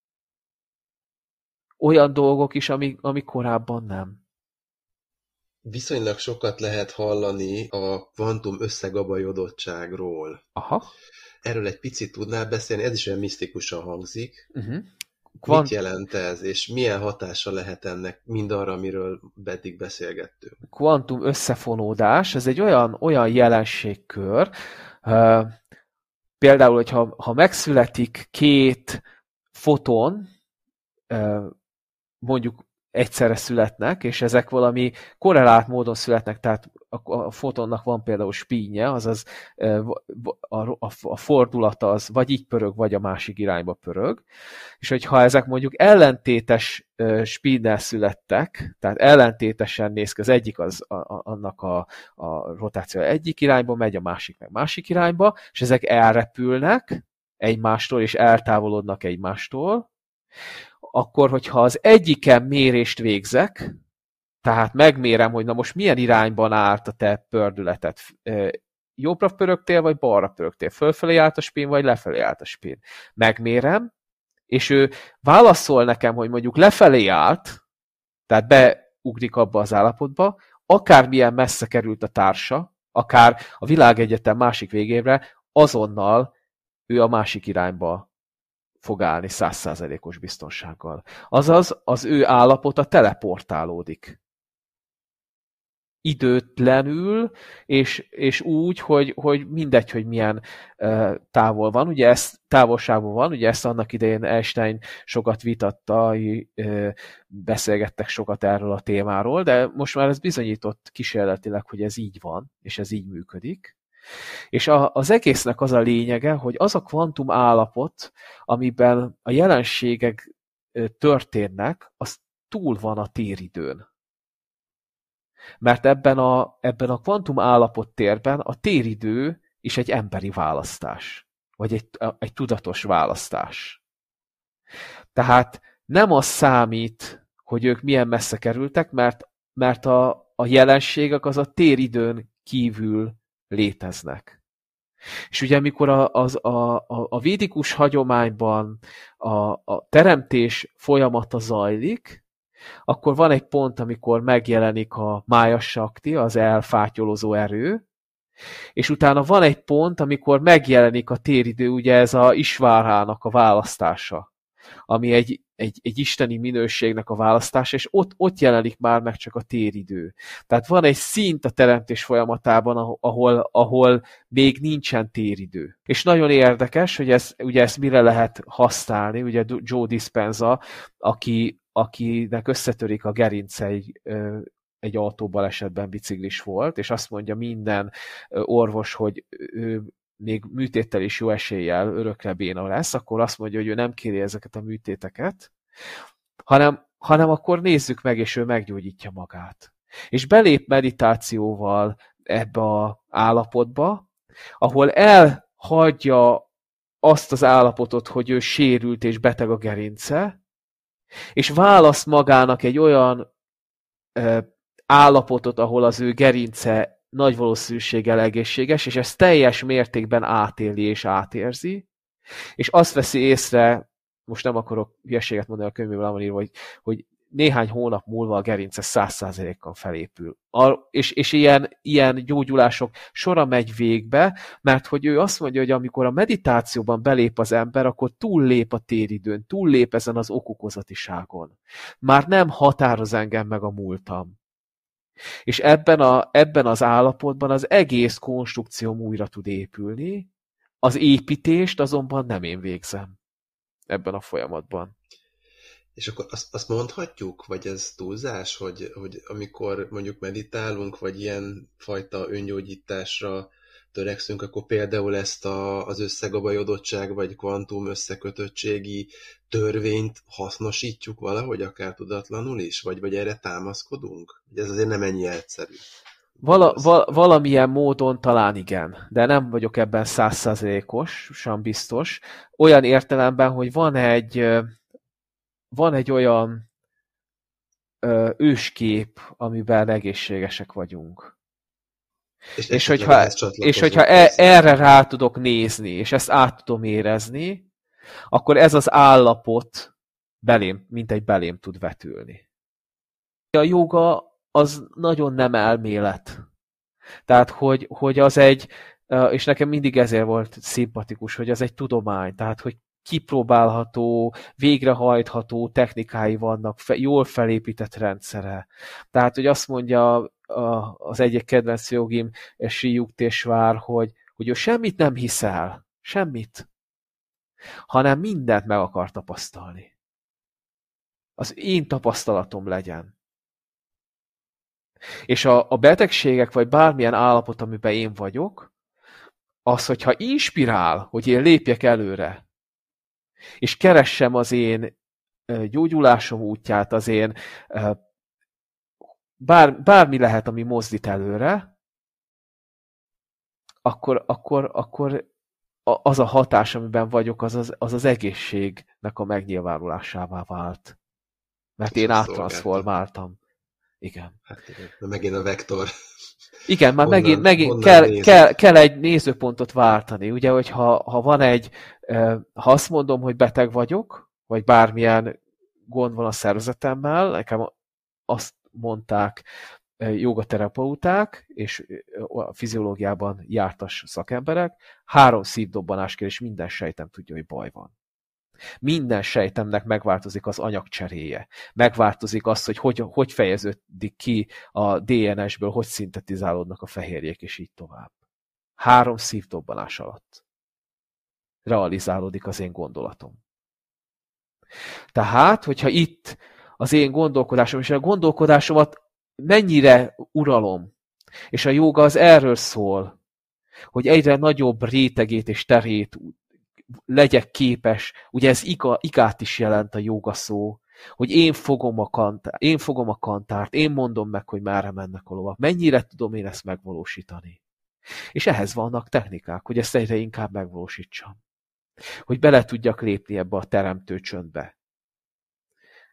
C: Olyan dolgok is, ami, ami korábban nem.
B: Viszonylag sokat lehet hallani a kvantum összegabajodottságról.
C: Aha.
B: Erről egy picit tudnál beszélni? Ez is olyan misztikusan hangzik.
C: Uh-huh.
B: Kvant... Mit jelent ez, és milyen hatása lehet ennek mindarra, amiről eddig beszélgettünk?
C: Kvantum összefonódás, ez egy olyan, olyan jelenségkör, uh, például, hogyha ha megszületik két foton, uh, mondjuk egyszerre születnek, és ezek valami korrelált módon születnek, tehát a fotonnak van például spínje, azaz a, a, a fordulata az vagy így pörög, vagy a másik irányba pörög, és hogyha ezek mondjuk ellentétes spínnel születtek, tehát ellentétesen néz ki, az egyik az a, a, annak a, a rotáció egyik irányba megy, a másik meg másik irányba, és ezek elrepülnek egymástól, és eltávolodnak egymástól, akkor, hogyha az egyiken mérést végzek, tehát megmérem, hogy na most milyen irányban állt a te pördületed, jobbra pörögtél, vagy balra pörögtél, fölfelé állt a spin, vagy lefelé állt a spin. Megmérem, és ő válaszol nekem, hogy mondjuk lefelé állt, tehát beugrik abba az állapotba, akármilyen messze került a társa, akár a világegyetem másik végére, azonnal ő a másik irányba fog állni száz százalékos biztonsággal. Azaz, az ő állapota teleportálódik. Időtlenül, és, és úgy, hogy, hogy mindegy, hogy milyen uh, távol van. Ugye ez távolságban van, ugye ezt annak idején Einstein sokat vitatta, uh, beszélgettek sokat erről a témáról, de most már ez bizonyított kísérletileg, hogy ez így van, és ez így működik. És a, az egésznek az a lényege, hogy az a kvantum állapot, amiben a jelenségek történnek, az túl van a téridőn. Mert ebben a, ebben a kvantum állapot térben a téridő is egy emberi választás, vagy egy, egy tudatos választás. Tehát nem az számít, hogy ők milyen messze kerültek, mert, mert a, a jelenségek az a téridőn kívül léteznek. És ugye amikor a, az, a, a, a védikus hagyományban a, a teremtés folyamata zajlik, akkor van egy pont, amikor megjelenik a mája sakti, az elfátyolozó erő, és utána van egy pont, amikor megjelenik a téridő, ugye ez a Isvárának a választása, ami egy, egy, egy isteni minőségnek a választása, és ott, ott jelenik már meg csak a téridő. Tehát van egy szint a teremtés folyamatában, ahol, ahol még nincsen téridő. És nagyon érdekes, hogy ez, ugye ezt mire lehet használni, ugye Joe Dispenza, aki, akinek összetörik a gerince egy, egy autóbalesetben biciklis volt, és azt mondja minden orvos, hogy ő még műtéttel is jó eséllyel örökre béna lesz, akkor azt mondja, hogy ő nem kéri ezeket a műtéteket, hanem, hanem akkor nézzük meg, és ő meggyógyítja magát. És belép meditációval ebbe az állapotba, ahol elhagyja azt az állapotot, hogy ő sérült és beteg a gerince, és választ magának egy olyan ö, állapotot, ahol az ő gerince nagy valószínűséggel egészséges, és ezt teljes mértékben átéli és átérzi, és azt veszi észre, most nem akarok hülyeséget mondani, a könyvben van írva, hogy, hogy néhány hónap múlva a gerince száz százalékkal felépül. A, és és ilyen, ilyen gyógyulások sora megy végbe, mert hogy ő azt mondja, hogy amikor a meditációban belép az ember, akkor túllép a téridőn, túllép ezen az okokozatiságon. Már nem határoz engem meg a múltam. És ebben, a, ebben az állapotban az egész konstrukcióm újra tud épülni, az építést azonban nem én végzem ebben a folyamatban.
B: És akkor azt, azt mondhatjuk, vagy ez túlzás, hogy, hogy amikor mondjuk meditálunk, vagy ilyen fajta öngyógyításra törekszünk, akkor például ezt a, az összegabajodottság, vagy kvantum összekötöttségi törvényt hasznosítjuk valahogy, akár tudatlanul is, vagy, vagy erre támaszkodunk? Ez azért nem ennyi egyszerű.
C: Vala, val, valamilyen módon talán igen, de nem vagyok ebben száz százalékosan biztos. Olyan értelemben, hogy van egy, van egy olyan ö, őskép, amiben egészségesek vagyunk.
B: És,
C: és hogyha, és hogyha e, erre rá tudok nézni, és ezt át tudom érezni, akkor ez az állapot belém, mint egy belém tud vetülni. A jóga az nagyon nem elmélet. Tehát, hogy, hogy az egy, és nekem mindig ezért volt szimpatikus, hogy az egy tudomány, tehát, hogy kipróbálható, végrehajtható technikái vannak, jól felépített rendszere. Tehát, hogy azt mondja az egyik kedvenc jogim, Sri Yukteswar, hogy, hogy ő semmit nem hiszel, semmit, hanem mindent meg akar tapasztalni. Az én tapasztalatom legyen. És a, a betegségek, vagy bármilyen állapot, amiben én vagyok, az, hogyha inspirál, hogy én lépjek előre, és keressem az én gyógyulásom útját, az én bár, bármi lehet, ami mozdít előre, akkor, akkor, akkor az a hatás, amiben vagyok, az az, az az egészségnek a megnyilvánulásává vált. Mert én áttranszformáltam. Igen.
B: Hát igen, megint a vektor.
C: Igen, már honnan, megint, megint kell, kell, kell egy nézőpontot váltani. Ugye, hogy ha, ha van egy, ha azt mondom, hogy beteg vagyok, vagy bármilyen gond van a szervezetemmel, nekem azt mondták jogaterapeuták és a fiziológiában jártas szakemberek, három szívdobbanás kell, és minden sejtem tudja, hogy baj van. Minden sejtemnek megváltozik az anyagcseréje. Megváltozik az, hogy hogy, hogy fejeződik ki a dé en es-ből, hogy szintetizálódnak a fehérjék, és így tovább. Három szívdobbanás alatt realizálódik az én gondolatom. Tehát, hogyha itt az én gondolkodásom, és a gondolkodásomat mennyire uralom, és a jóga az erről szól, hogy egyre nagyobb rétegét és terét legyek képes, ugye ez ika, ikát is jelent a jóga szó, hogy én fogom a kantárt, én fogom a kantárt, én mondom meg, hogy merre mennek a lovak, mennyire tudom én ezt megvalósítani. És ehhez vannak technikák, hogy ezt egyre inkább megvalósítsam. Hogy bele tudjak lépni ebbe a teremtő csöndbe.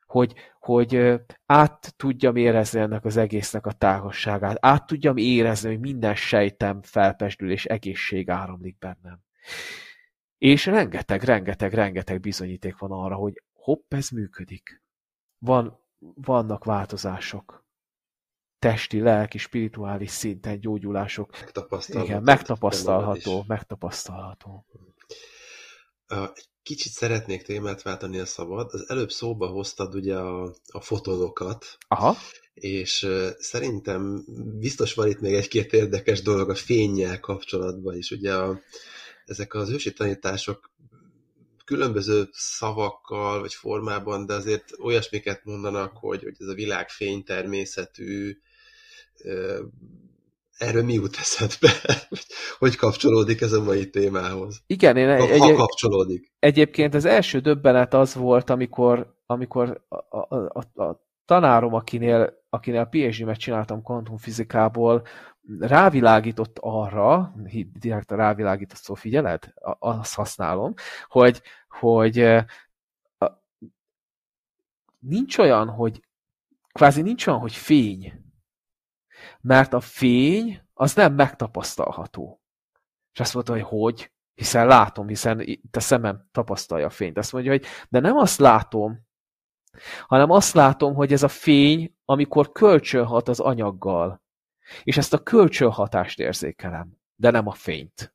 C: hogy, hogy át tudjam érezni ennek az egésznek a tágasságát, át tudjam érezni, hogy minden sejtem felpesdül, és egészség áramlik bennem. És rengeteg, rengeteg, rengeteg bizonyíték van arra, hogy hopp, ez működik. Van, vannak változások. Testi, lelki, spirituális szinten gyógyulások.
B: Megtapasztalható.
C: Igen, megtapasztalható, megtapasztalható.
B: Egy kicsit szeretnék témát váltani, a szabad. Az előbb szóba hoztad ugye a, a fotonokat.
C: Aha.
B: És uh, szerintem biztos van itt még egy-két érdekes dolog a fénnyel kapcsolatban is. Ugye a, ezek az ősi tanítások különböző szavakkal vagy formában, de azért olyasmiket mondanak, hogy, hogy ez a világ fénytermészetű, uh, erről mi jut eszedbe? Hogy kapcsolódik ez a mai témához?
C: Igen, én
B: ha,
C: egy,
B: ha kapcsolódik.
C: Egyébként az első döbbenet az volt, amikor, amikor a, a, a, a tanárom, akinél, akinél a PhD-met csináltam kvantumfizikából, rávilágított arra, direkt a rávilágított szó, figyeled? Azt használom, hogy, hogy a, nincs olyan, hogy kvázi nincs olyan, hogy fény. Mert a fény az nem megtapasztalható. És azt mondta, hogy hogy? Hiszen látom, hiszen itt a szemem tapasztalja a fényt. Azt mondja, hogy de nem azt látom, hanem azt látom, hogy ez a fény, amikor kölcsönhat az anyaggal. És ezt a kölcsönhatást érzékelem, de nem a fényt.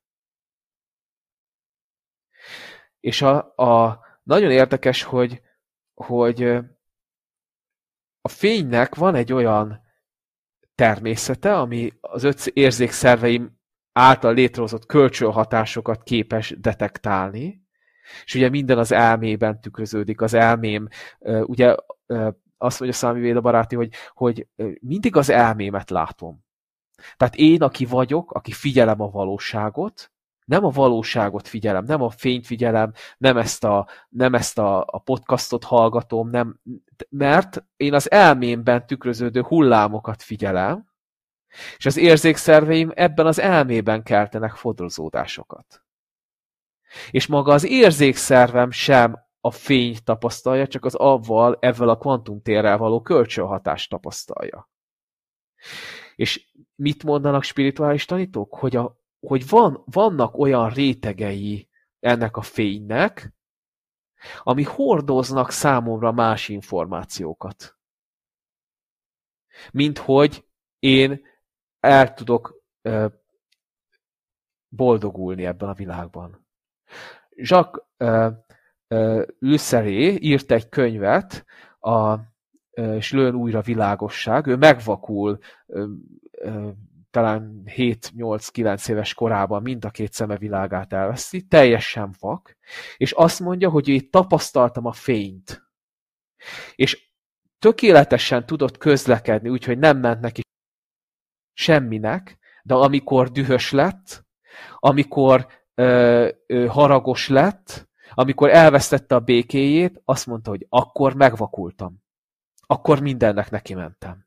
C: És a, a nagyon érdekes, hogy, hogy a fénynek van egy olyan természete, ami az öt érzékszerveim által létrehozott kölcsönhatásokat képes detektálni, és ugye minden az elmében tükröződik, az elmém, ugye azt mondja Swami Veda baráti, hogy, hogy mindig az elmémet látom. Tehát én, aki vagyok, aki figyelem a valóságot, nem a valóságot figyelem, nem a fényt figyelem, nem ezt a, nem ezt a, a podcastot hallgatom, nem, mert én az elmémben tükröződő hullámokat figyelem, és az érzékszerveim ebben az elmében keltenek fodrozódásokat. És maga az érzékszervem sem a fényt tapasztalja, csak az avval, ezzel a kvantumtérrel való kölcsönhatást tapasztalja. És mit mondanak spirituális tanítók? Hogy, a, hogy van, vannak olyan rétegei ennek a fénynek, ami hordoznak számomra más információkat. Mint hogy én el tudok ö, boldogulni ebben a világban. Jacques ö, ö, Lussaré írt egy könyvet, a és lőn újra világosság. Ő megvakul ö, ö, talán hét-nyolc-kilenc éves korában, mind a két szeme világát elveszi, teljesen vak, és azt mondja, hogy én tapasztaltam a fényt. És tökéletesen tudott közlekedni, úgyhogy nem ment neki semminek, de amikor dühös lett, amikor ö, ö, haragos lett, amikor elvesztette a békéjét, azt mondta, hogy akkor megvakultam. Akkor mindennek neki mentem.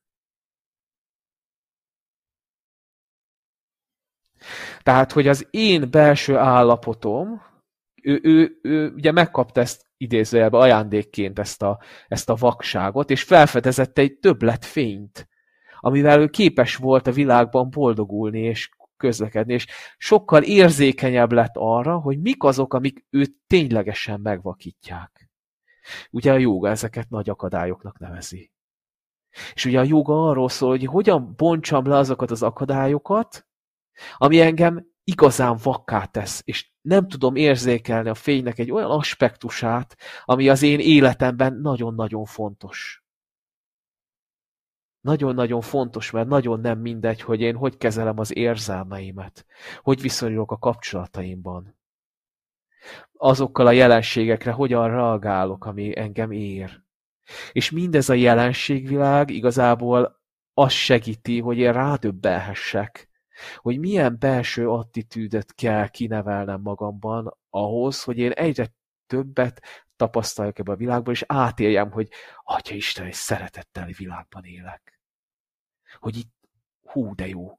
C: Tehát, hogy az én belső állapotom, ő, ő, ő ugye megkapta ezt idézőjelben ajándékként ezt a, ezt a vakságot, és felfedezett egy többlet fényt, amivel ő képes volt a világban boldogulni és közlekedni, és sokkal érzékenyebb lett arra, hogy mik azok, amik őt ténylegesen megvakítják. Ugye a jóga ezeket nagy akadályoknak nevezi. És ugye a jóga arról szól, hogy hogyan bontsam le azokat az akadályokat, ami engem igazán vakká tesz, és nem tudom érzékelni a fénynek egy olyan aspektusát, ami az én életemben nagyon-nagyon fontos. Nagyon-nagyon fontos, mert nagyon nem mindegy, hogy én hogy kezelem az érzelmeimet, hogy viszonyulok a kapcsolataimban. Azokkal a jelenségekre hogyan reagálok, ami engem ér. És mindez a jelenségvilág igazából azt segíti, hogy én rádöbbenhessek, hogy milyen belső attitűdöt kell kinevelnem magamban ahhoz, hogy én egyre többet tapasztaljak ebben a világban, és átéljem, hogy Atya Isten, egy szeretetteli világban élek. Hogy itt, hú, de jó.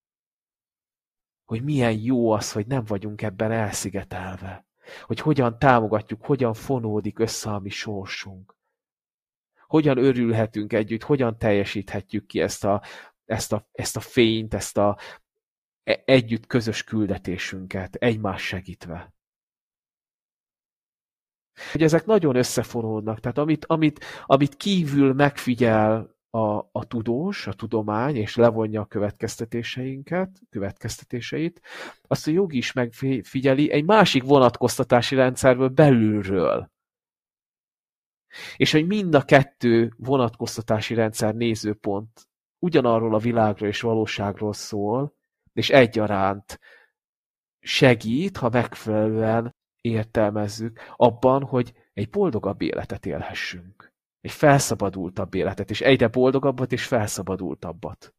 C: Hogy milyen jó az, hogy nem vagyunk ebben elszigetelve. Hogy hogyan támogatjuk, hogyan fonódik össze a mi sorsunk. hogyan örülhetünk együtt, hogyan teljesíthetjük ki ezt a, ezt a, ezt a fényt, ezt a együtt közös küldetésünket, egymás segítve. Hogy ezek nagyon összefonódnak, tehát amit, amit, amit kívül megfigyel a, a tudós, a tudomány, és levonja a következtetéseinket, következtetéseit, azt a jogi is megfigyeli egy másik vonatkoztatási rendszerből belülről. És hogy mind a kettő vonatkoztatási rendszer nézőpont ugyanarról a világról és valóságról szól, és egyaránt segít, ha megfelelően értelmezzük abban, hogy egy boldogabb életet élhessünk. Egy felszabadultabb életet, és egyre boldogabbat és felszabadultabbat.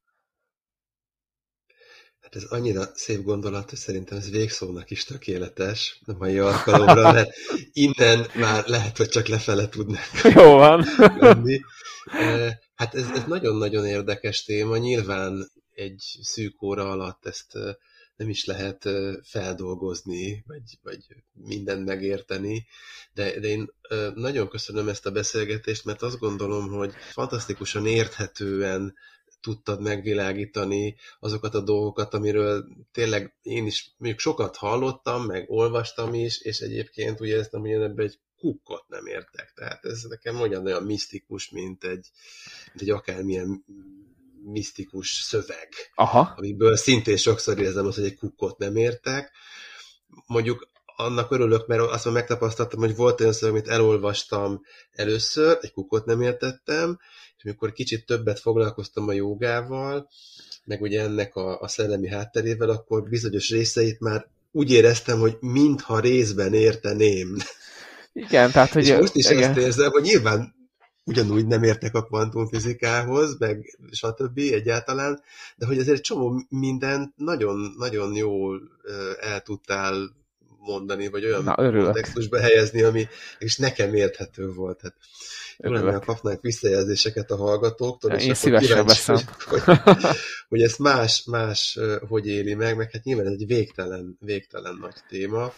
B: Hát ez annyira szép gondolat, hogy szerintem ez végszónak is tökéletes a mai alkalomra, mert innen már lehet, hogy csak lefele tudnánk.
C: Jó van.
B: menni. Hát ez, ez nagyon-nagyon érdekes téma. Nyilván egy szűk óra alatt ezt nem is lehet feldolgozni, vagy, vagy mindent megérteni, de, de én nagyon köszönöm ezt a beszélgetést, mert azt gondolom, hogy fantasztikusan érthetően tudtad megvilágítani azokat a dolgokat, amiről tényleg én is mondjuk sokat hallottam, meg olvastam is, és egyébként ugye ezt nem ugyanebben egy kukkot nem értek. Tehát ez nekem olyan misztikus, mint egy, mint egy akármilyen misztikus szöveg,
C: Aha.
B: amiből szintén sokszor érzem azt, hogy egy kukkot nem értek. Mondjuk annak örülök, mert azt már megtapasztaltam, hogy volt olyan szöveg, amit elolvastam először, egy kukkot nem értettem, és amikor kicsit többet foglalkoztam a jogával, meg ugye ennek a, a szellemi hátterével, akkor bizonyos részeit már úgy éreztem, hogy mintha részben érteném.
C: Igen, tehát, hogy...
B: És most is
C: igen.
B: azt érzem, hogy nyilván ugyanúgy nem értek a kvantumfizikához, meg stb. Egyáltalán, de hogy azért egy csomó mindent nagyon-nagyon jól el tudtál mondani, vagy olyan
C: Na,
B: kontextusba helyezni, ami és nekem érthető volt. Hát, jó lenne, ha kapnánk visszajelzéseket a hallgatóktól,
C: ja,
B: és
C: én szívesen veszem.
B: Hogy, hogy ezt más, más hogy éli meg, meg hát nyilván ez egy végtelen, végtelen nagy téma.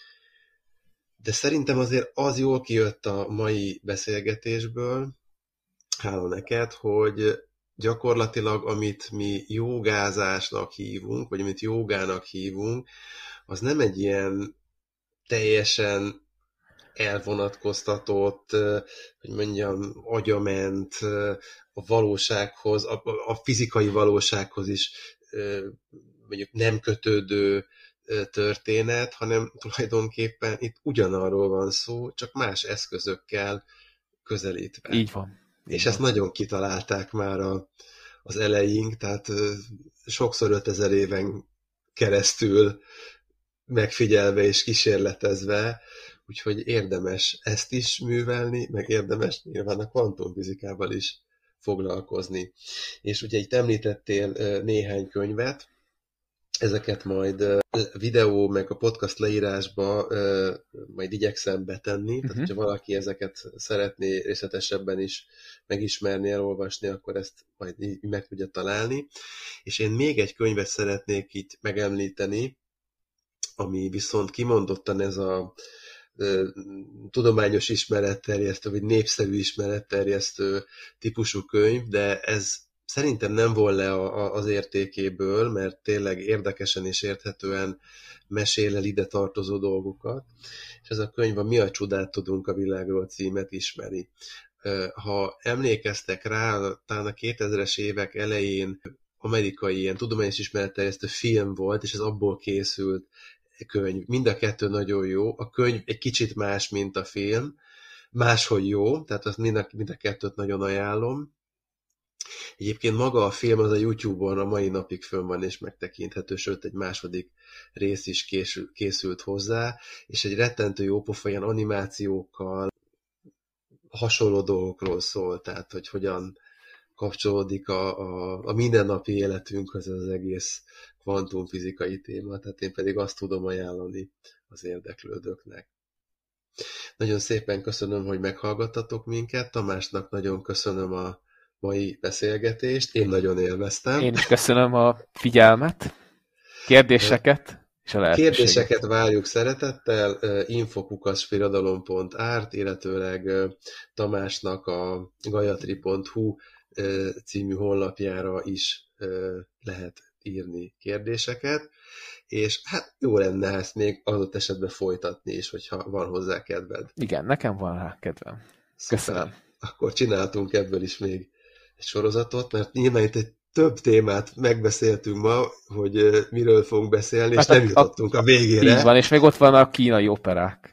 B: De szerintem azért az jól kijött a mai beszélgetésből, hála neked, hogy gyakorlatilag amit mi jogázásnak hívunk, vagy amit jogának hívunk, az nem egy ilyen teljesen elvonatkoztatott, hogy mondjam, agyament a valósághoz, a, a fizikai valósághoz is mondjuk nem kötődő történet, hanem tulajdonképpen itt ugyanarról van szó, csak más eszközökkel közelítve.
C: Így van. Így
B: És
C: van.
B: ezt nagyon kitalálták már a, az eleink, tehát sokszor ötezer éven keresztül megfigyelve és kísérletezve, úgyhogy érdemes ezt is művelni, meg érdemes nyilván a kvantumfizikával is foglalkozni. És ugye itt említettél néhány könyvet, ezeket majd videó, meg a podcast leírásba majd igyekszem betenni, uh-huh. Tehát, hogyha valaki ezeket szeretné részletesebben is megismerni, elolvasni, akkor ezt majd így meg tudja találni. És én még egy könyvet szeretnék itt megemlíteni, ami viszont kimondottan ez a tudományos ismeretterjesztő, vagy népszerű ismeretterjesztő típusú könyv, de ez szerintem nem von le a, a, az értékéből, mert tényleg érdekesen és érthetően mesél el ide tartozó dolgokat, és ez a könyv a Mi a csodát tudunk a világról címet ismeri. Ha emlékeztek rá, talán a kétezres évek elején amerikai ilyen tudományos ismeretterjesztő film volt, és ez abból készült könyv. Mind a kettő nagyon jó. A könyv egy kicsit más, mint a film. Máshogy jó, tehát azt mind a, mind a kettőt nagyon ajánlom. Egyébként maga a film az a YouTube-on a mai napig fönn van és megtekinthető, sőt egy második rész is készült, készült hozzá, és egy rettentő jópofa ilyen animációkkal hasonló dolgokról szól, tehát hogy hogyan kapcsolódik a, a, a mindennapi életünkhöz az egész kvantumfizikai téma, tehát én pedig azt tudom ajánlani az érdeklődőknek. Nagyon szépen köszönöm, hogy meghallgattatok minket, Tamásnak nagyon köszönöm a mai beszélgetést, én nagyon élveztem.
C: Én is köszönöm a figyelmet, kérdéseket,
B: Kérdéseket várjuk szeretettel, infokukaspirodalom pont art, illetőleg Tamásnak a gayatri pont hu című honlapjára is lehet írni kérdéseket, és hát jó lenne ezt még adott esetben folytatni is, hogyha van hozzá kedved.
C: Igen, nekem van rá kedvem. Köszönöm.
B: Szuper. Akkor csináltunk ebből is még egy sorozatot, mert nyilván itt egy több témát megbeszéltünk ma, hogy miről fogunk beszélni, hát és nem a, jutottunk a végére.
C: Így van, és még ott van a kínai operák.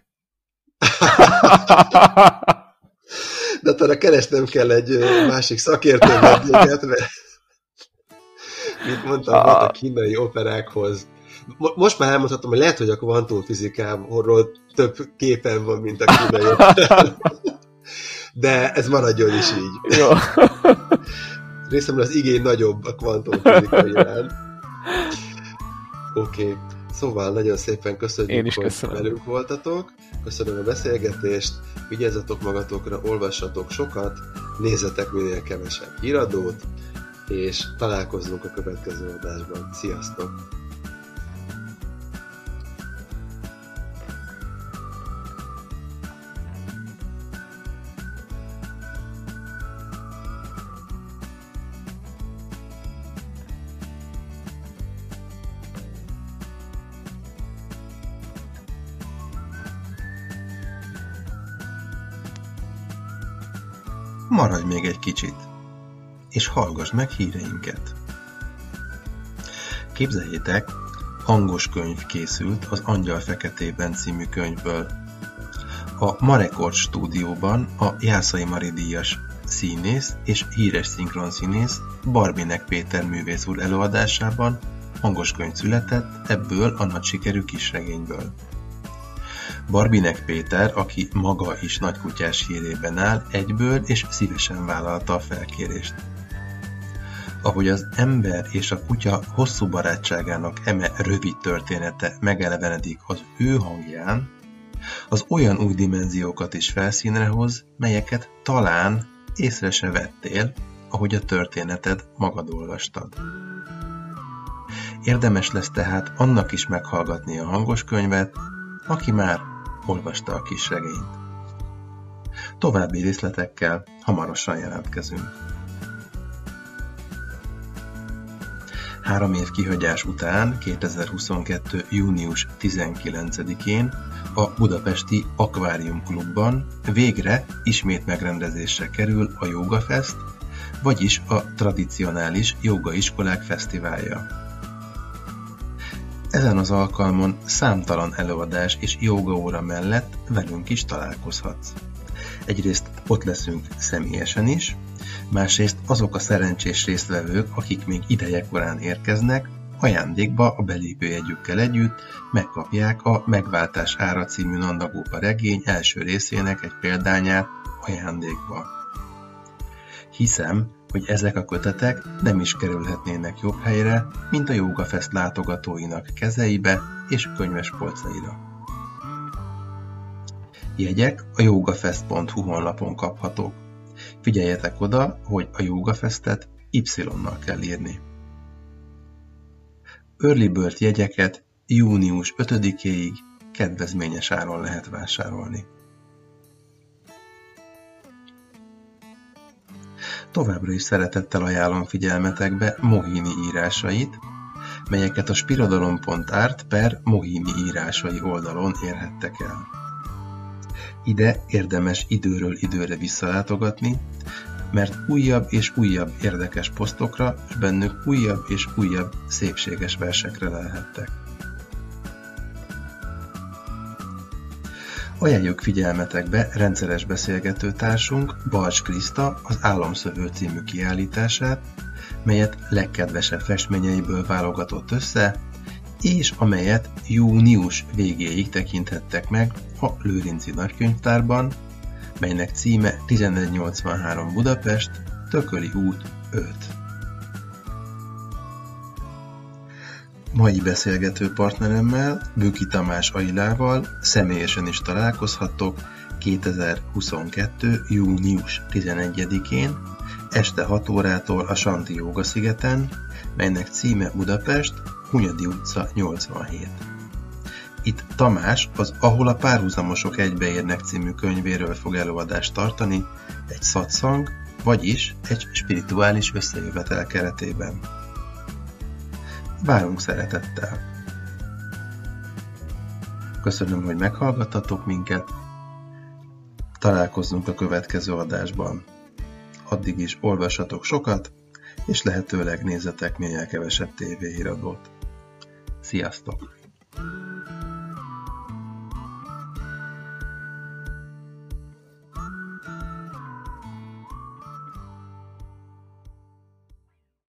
B: De arra keresnem kell egy másik szakértő vendéget, mert mint mondtam, a... volt a kínai operákhoz. Most már elmondhatom, hogy lehet, hogy a kvantumfizikáról több képen van, mint a kínai operák. De ez maradjon is így.
C: Jó.
B: Részemről az igény nagyobb a kvantumfizika iránt. Oké. Okay. Szóval nagyon szépen köszönjük, hogy
C: köszönöm.
B: velünk voltatok. Köszönöm a beszélgetést. Vigyázzatok magatokra, olvassatok sokat, nézzetek minél kevesebb híradót, és találkozzunk a következő adásban. Sziasztok!
A: Maradj még egy kicsit, és hallgass meg híreinket. Képzeljétek, hangos könyv készült az Angyal Feketében című könyvből. A Marekord stúdióban a Jászai Mari díjas színész és híres szinkronszínész Barbinek Péter művész úr előadásában hangos könyv született ebből a nagy sikerű kisregényből. Barbinek Péter, aki maga is nagykutyás hírében áll, egyből és szívesen vállalta a felkérést. Ahogy az ember és a kutya hosszú barátságának eme rövid története megelevenedik az ő hangján, az olyan új dimenziókat is felszínre hoz, melyeket talán észre se vettél, ahogy a történeted magad olvastad. Érdemes lesz tehát annak is meghallgatni a hangos könyvet, aki már olvasta a kisregényt. További részletekkel hamarosan jelentkezünk. Három év kihagyás után kétezer-huszonkettő. június tizenkilencedikén a budapesti Akvárium Klubban végre ismét megrendezésre kerül a Yoga Fest, vagyis a tradicionális jogaiskolák fesztiválja. Ezen az alkalmon számtalan előadás és jogaóra mellett velünk is találkozhatsz. Egyrészt ott leszünk személyesen is, másrészt azok a szerencsés résztvevők, akik még idejekorán érkeznek, ajándékba a belépőjegyükkel együtt megkapják a Megváltás ára című Nanda Gópa regény első részének egy példányát ajándékba. Hiszem, hogy ezek a kötetek nem is kerülhetnének jobb helyre, mint a Yoga Fest látogatóinak kezeibe és könyves polcaira. Jegyek a yogafest pont hu honlapon kaphatók. Figyeljetek oda, hogy a Yoga Festet Y-nal kell írni. Early Bird jegyeket június ötödikéig kedvezményes áron lehet vásárolni. Továbbra is szeretettel ajánlom figyelmetekbe Mohini írásait, melyeket a spirodalom pont art per Mohini írásai oldalon érhettek el. Ide érdemes időről időre visszalátogatni, mert újabb és újabb érdekes posztokra, és bennük újabb és újabb szépséges versekre lelhettek. Ajánljuk figyelmetekbe rendszeres beszélgetőtársunk Balcs Kriszta az Álomszövő című kiállítását, melyet legkedvesebb festményeiből válogatott össze, és amelyet június végéig tekinthettek meg a Lőrinci Nagykönyvtárban, melynek címe tizenegy-nyolcvanhárom Budapest, Tököli út öt. Mai beszélgető partneremmel, Büki Tamás Ailával személyesen is találkozhattok kétezer-huszonkettő. június tizenegyedikén este hat órától a Santi Jóga szigeten, melynek címe Budapest, Hunyadi utca nyolcvanhét. Itt Tamás az Ahol a párhuzamosok egybeérnek című könyvéről fog előadást tartani, egy szatzang, vagyis egy spirituális összejövetel keretében. Várunk szeretettel! Köszönöm, hogy meghallgattatok minket, találkozzunk a következő adásban. Addig is olvassatok sokat, és lehetőleg nézzetek minél kevesebb tévéhíradót. Sziasztok!